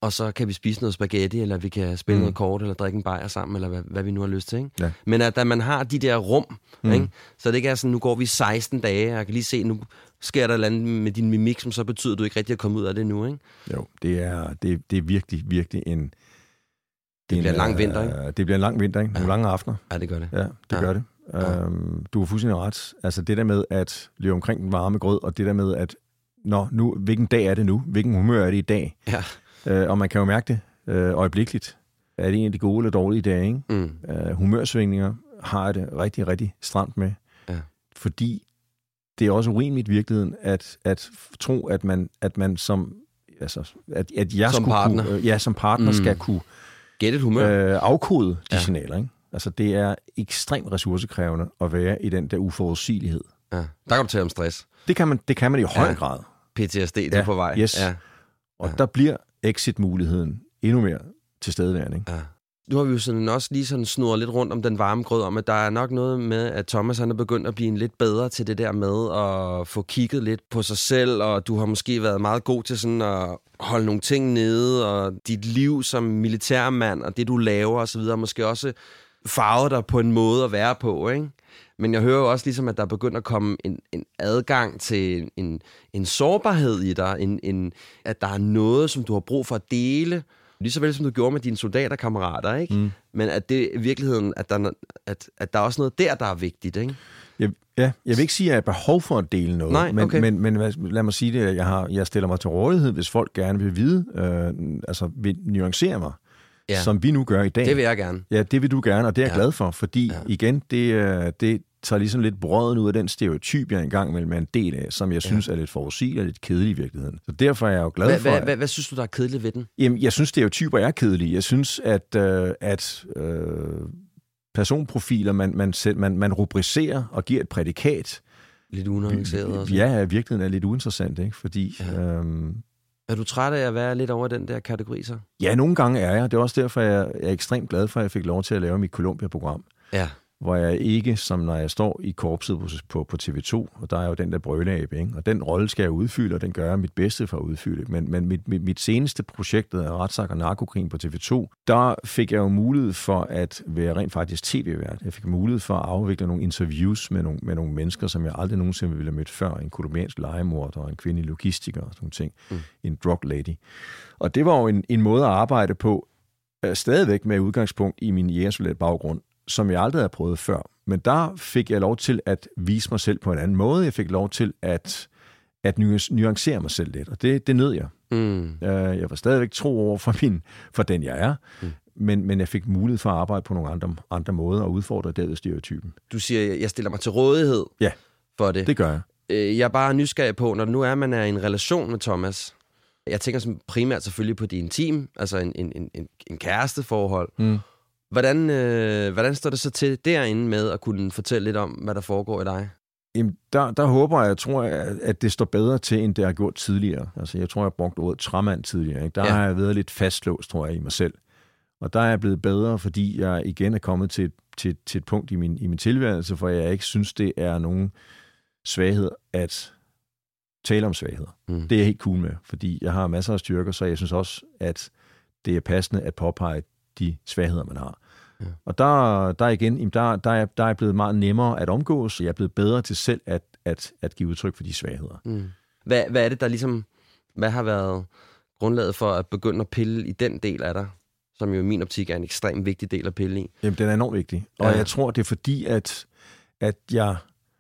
og så kan vi spise noget spaghetti, eller vi kan spille Mm. noget kort, eller drikke en bajer sammen, eller hvad, hvad vi nu har lyst til. Ikke? Ja. Men at, at man har de der rum, Mm. ikke? Så det ikke er sådan, nu går vi seksten dage, og jeg kan lige se, nu sker der et eller andet med din mimik, som så betyder, at du ikke rigtig er kommet ud af det nu. Ikke? Jo, det er, det, det er virkelig, virkelig en... Det bliver en lang vinter, ikke? Det bliver en lang vinter, ikke? Nogle Ja. lange aftener. Ja, det gør det. Ja, det Ja. gør det. Ja. Øhm, du har fuldstændig ret. Altså det der med at løbe omkring den varme grød, og det der med at, nå, nu, hvilken dag er det nu? Hvilken humør er det i dag? Ja. Øh, og man kan jo mærke det øh, øjeblikkeligt. Er det en af de gode eller dårlige dage, ikke? Mm. Øh, humørsvingninger har jeg det rigtig, rigtig stramt med. Ja. Fordi det er også urimeligt i virkeligheden at, at tro, at man, at man som... Altså, at, at jeg Som skulle partner. Kunne, øh, ja, som partner Mm. skal kunne Gæt et humør. øh, afkode de Ja. signaler, ikke? Altså, det er ekstremt ressourcekrævende at være i den der uforudsigelighed. Ja. Der kan du tale om stress. Det kan man, det kan man i høj Ja. grad. P T S D, det er Ja, på vej. yes. Ja. Og Ja. der bliver exit-muligheden endnu mere tilstedeværende, ikke? Ja. Nu har vi jo sådan også lige sådan snurret lidt rundt om den varme grød, om at der er nok noget med, at Thomas han er begyndt at blive en lidt bedre til det der med at få kigget lidt på sig selv, og du har måske været meget god til sådan at holde nogle ting nede, og dit liv som militærmand, og det du laver og så videre, måske også farvet dig på en måde at være på, ikke? Men jeg hører jo også ligesom, at der er begyndt at komme en, en adgang til en, en sårbarhed i dig, en, en, at der er noget, som du har brug for at dele, lige så vel som du gjorde med dine soldaterkammerater, ikke? Mm. Men at det i virkeligheden, at der, at, at der er også noget der, der er vigtigt, ikke? Jeg, ja, jeg vil ikke sige, at jeg har behov for at dele noget, Nej, men, okay. men, men lad, lad mig sige det, at jeg, har, jeg stiller mig til rådighed, hvis folk gerne vil vide, øh, altså vil nuancere mig, Ja. som vi nu gør i dag. Det vil jeg gerne. Ja, det vil du gerne, og det er jeg Ja. glad for, fordi Ja. igen, det, øh, det tager ligesom lidt brøden ud af den stereotyp, jeg engang mellem er en del af, som jeg synes er lidt forudsigelig og lidt kedelig i virkeligheden. Så derfor er jeg jo glad Hvad, for... hvad, at- hvad, hvad synes du, der er kedeligt ved den? Jamen, jeg synes, stereotyper er kedelige. Jeg synes, at, øh, at øh, personprofiler, man, man, selv, man, man rubricerer og giver et prædikat, Lidt unuanceret også. ja, i virkeligheden er lidt uinteressant, ikke? Fordi... Ja. Øhm, Er du træt af at være lidt over den der kategori så? ja, nogle gange er jeg. Det er også derfor, jeg er ekstremt glad for, at jeg fik lov til at lave mit Columbia-program. Ja. Hvor jeg ikke, som når jeg står i korpset på, på, på T V to, og der er jo den der brøleabe, ikke? Og den rolle skal jeg udfylde, og den gør jeg mit bedste for at udfylde. Men, men mit, mit, mit seneste projekt, der er Retssag og Narkokrig på T V to, der fik jeg jo mulighed for at være rent faktisk tv-vært. Jeg fik mulighed for at afvikle nogle interviews med nogle, med nogle mennesker, som jeg aldrig nogensinde ville have mødt før. En kolumbiansk legemorder og en kvindelig logistiker og sådan nogle ting. Mm. En drug lady. Og det var jo en, en måde at arbejde på, øh, stadigvæk med udgangspunkt i min jægersoldat baggrund, som jeg aldrig havde prøvet før. Men der fik jeg lov til at vise mig selv på en anden måde. Jeg fik lov til at, at nuancere mig selv lidt, og det, det nød jeg. Mm. Jeg var stadigvæk tro over for, min, for den, jeg er, mm. men, men jeg fik mulighed for at arbejde på nogle andre, andre måder og udfordre derved stereotypen. Du siger, jeg stiller mig til rådighed Ja, for det. det gør jeg. Øh, Jeg er bare nysgerrig på, når nu er, man er i en relation med Thomas. Jeg tænker som primært selvfølgelig på din team, altså en, en, en, en kæresteforhold. Mm. Hvordan, øh, hvordan står det så til derinde med at kunne fortælle lidt om, hvad der foregår i dig? Jamen, der, der håber jeg, tror jeg, at det står bedre til, end det har gjort tidligere. Altså, jeg tror, jeg har brugt ordet træmand tidligere. Ikke? Der Ja. har jeg været lidt fastlåst, tror jeg, i mig selv. Og der er jeg blevet bedre, fordi jeg igen er kommet til, til, til et punkt i min, i min tilværelse, hvor jeg ikke synes, det er nogen svaghed at tale om svagheder. Mm. Det er jeg helt cool med, fordi jeg har masser af styrker, så jeg synes også, at det er passende at påpege de svagheder, man har. Ja. Og der, der igen, jamen der, der, er, der er blevet meget nemmere at omgås, jeg er blevet bedre til selv at, at, at give udtryk for de svagheder. Mm. Hvad, hvad er det, der ligesom, hvad har været grundlaget for at begynde at pille i den del af dig, som jo i min optik er en ekstremt vigtig del at pille i? Jamen, den er enormt vigtig. Og Ja. jeg tror, det er fordi, at, at jeg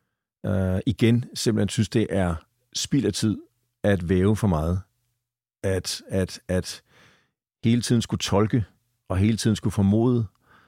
øh, igen simpelthen synes, det er spild af tid at væve for meget. At, at, at hele tiden skulle tolke, og hele tiden skulle formode,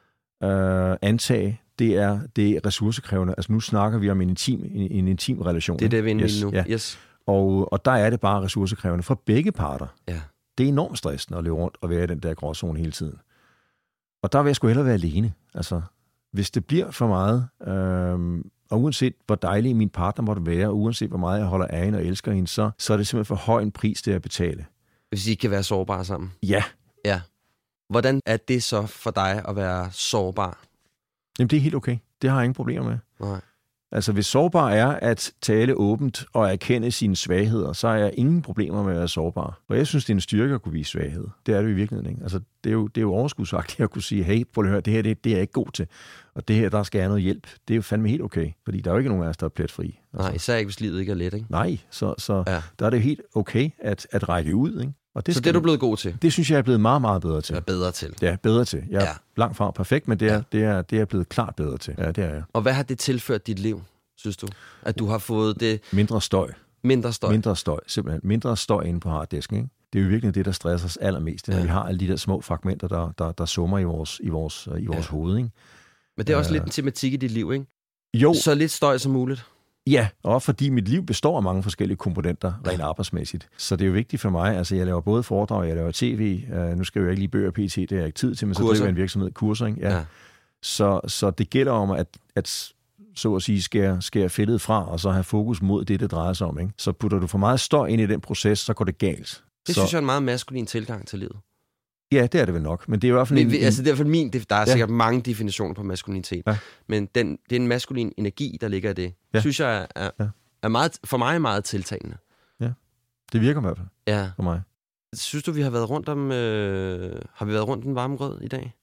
øh, antage, det er, det er ressourcekrævende. Altså nu snakker vi om en intim, en, en intim relation. Det er det, vi er inde yes, i nu. Ja. Yes. Og, og der er det bare ressourcekrævende for begge parter. Ja. Det er enormt stressende at løbe rundt og være i den der gråzone hele tiden. Og der vil jeg sgu hellere være alene. Altså, hvis det bliver for meget, øh, og uanset hvor dejlig min partner måtte være, og uanset hvor meget jeg holder af hende og elsker hende, så, så er det simpelthen for høj en pris til at betale. Hvis I ikke kan være sårbare sammen. Ja. Ja. Hvordan er det så for dig at være sårbar? Jamen, det er helt okay. Det har jeg ingen problemer med. Nej. Altså, hvis sårbar er at tale åbent og erkende sine svagheder, så er jeg ingen problemer med at være sårbar. Og jeg synes, det er en styrke at kunne vise svaghed. Det er det i virkeligheden, ikke? Altså, det er jo, det er jo overskudsagtigt at kunne sige, hey, prøv at høre, det her, det, det er jeg ikke god til. Og det her, der skal jeg have noget hjælp. Det er jo fandme helt okay, fordi der er jo ikke nogen af os, der er pletfri. Altså, Nej, især ikke, hvis livet ikke er let, ikke? Nej, så, så ja. der er det helt okay at, at række ud, ikke? Og det så det er du blevet god til? Det synes jeg er blevet meget, meget bedre til. Er bedre til? Ja, bedre til. Jeg er ja. langt fra perfekt, men det er, ja. det, er, det er blevet klart bedre til. Ja, det er jeg. Og hvad har det tilført dit liv, synes du? At du har fået det... Mindre støj. Mindre støj? Mindre støj, simpelthen. Mindre støj inde på harddisken, ikke? Det er jo virkelig det, der stresser os allermest. Ja. Når vi har alle de der små fragmenter, der, der, der summer i vores, i vores, i vores ja. hoved, ikke? Men det er også uh, lidt en tematik i dit liv, ikke? Jo. Så lidt støj som muligt. Ja, og fordi mit liv består af mange forskellige komponenter, rent arbejdsmæssigt. Så det er jo vigtigt for mig, altså jeg laver både foredrag, jeg laver tv, uh, nu skriver jeg ikke lige bøger P T, det har jeg ikke tid til, men kurser. Så driver jeg en virksomhed, kurser, ikke? Ja. Ja. Så, så det gælder om, at, at så at sige, skære, skære fedtet fra, og så have fokus mod det, det drejer sig om, ikke? Så putter du for meget støj ind i den proces, så går det galt. Det så... synes jeg er en meget maskulin tilgang til livet. Ja, det er det vel nok, men det er i hvert fald... Men, en, altså det er i hvert fald min, der er ja. sikkert mange definitioner på maskulinitet, ja. men den, det er en maskulin energi, der ligger i det, ja. synes jeg er, ja. er meget, for mig meget tiltalende. Ja, det virker i hvert fald ja. for mig. Synes du, vi har været rundt om, øh, har vi været rundt den varme grød i dag?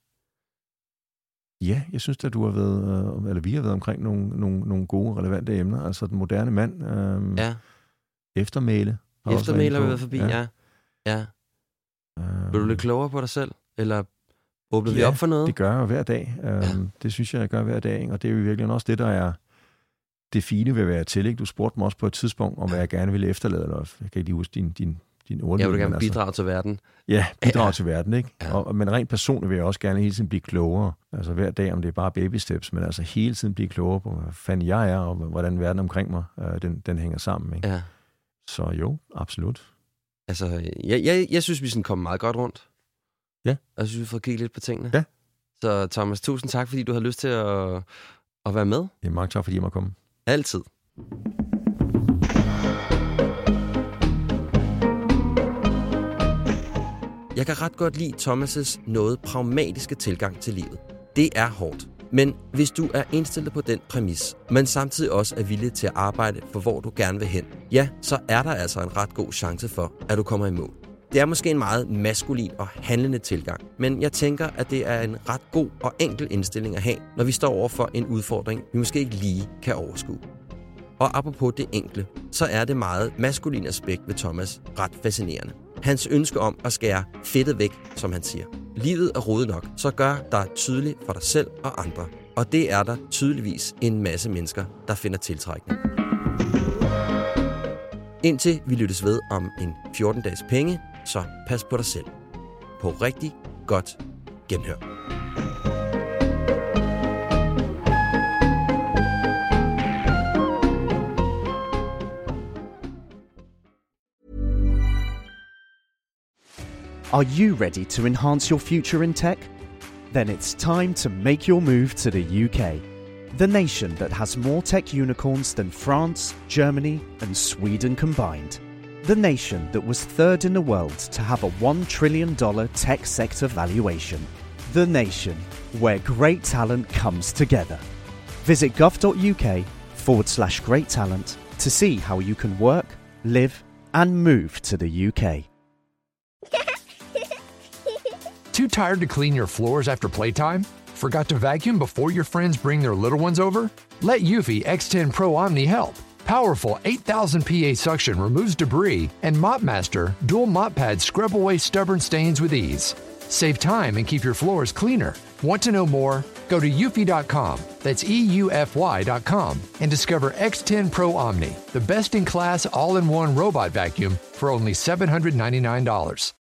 Ja, jeg synes at du har været, øh, eller vi har været omkring nogle, nogle, nogle gode, relevante emner. Altså den moderne mand, øh, ja. eftermæle. Eftermæle har vi været forbi, ja. ja. ja. Øh, Vil du lidt klogere på dig selv? Eller åbner ja, vi op for noget? Det gør jeg jo hver dag. Øh, ja. Det synes jeg, jeg gør hver dag. Ikke? Og det er jo virkelig også det, der er det fine ved at være til. Ikke? Du spurgte mig også på et tidspunkt, om hvad jeg gerne ville efterlade. Eller jeg kan ikke lige huske din, din, din ordlyd. Jeg vil gerne bidrage altså, til verden. Ja, bidrage ja. til verden. Ikke? Ja. Og, men rent personligt vil jeg også gerne hele tiden blive klogere. Altså hver dag, om det er bare baby steps, men altså hele tiden blive klogere på, hvad fanden jeg er, og hvordan verden omkring mig, øh, den, den hænger sammen. Ikke? Ja. Så jo, absolut. Altså, jeg, jeg, jeg synes, vi sådan kommer meget godt rundt. Ja. Og jeg synes, vi får kigget lidt på tingene. Ja. Så Thomas, tusind tak, fordi du havde lyst til at, at være med. Ja, mange tak, fordi jeg måtte komme. Altid. Jeg kan ret godt lide Thomas' noget pragmatiske tilgang til livet. Det er hårdt. Men hvis du er indstillet på den præmis, men samtidig også er villig til at arbejde for, hvor du gerne vil hen, ja, så er der altså en ret god chance for, at du kommer i mål. Det er måske en meget maskulin og handlende tilgang, men jeg tænker, at det er en ret god og enkel indstilling at have, når vi står over for en udfordring, vi måske ikke lige kan overskue. Og apropos det enkle, så er det meget maskuline aspekt ved Thomas ret fascinerende. Hans ønske om at skære fedtet væk, som han siger. Livet er rodet nok, så gør dig tydeligt for dig selv og andre. Og det er der tydeligvis en masse mennesker, der finder tiltrækning. Indtil vi lyttes ved om en fjorten dages penge, så pas på dig selv. På rigtig godt genhør. Are you ready to enhance your future in tech? Then it's time to make your move to the U K, the nation that has more tech unicorns than France, Germany, and Sweden combined. The nation that was third in the world to have a one trillion dollars tech sector valuation. The nation where great talent comes together. Visit gov.uk forward slash great talent to see how you can work, live, and move to the U K. Too tired to clean your floors after playtime? Forgot to vacuum before your friends bring their little ones over? Let Eufy X ten Pro Omni help. Powerful eight thousand P A suction removes debris, and MopMaster dual mop pads scrub away stubborn stains with ease. Save time and keep your floors cleaner. Want to know more? Go to eufy dot com, that's E U F Y dot com, and discover X ten Pro Omni, the best-in-class all-in-one robot vacuum for only seven hundred ninety-nine dollars.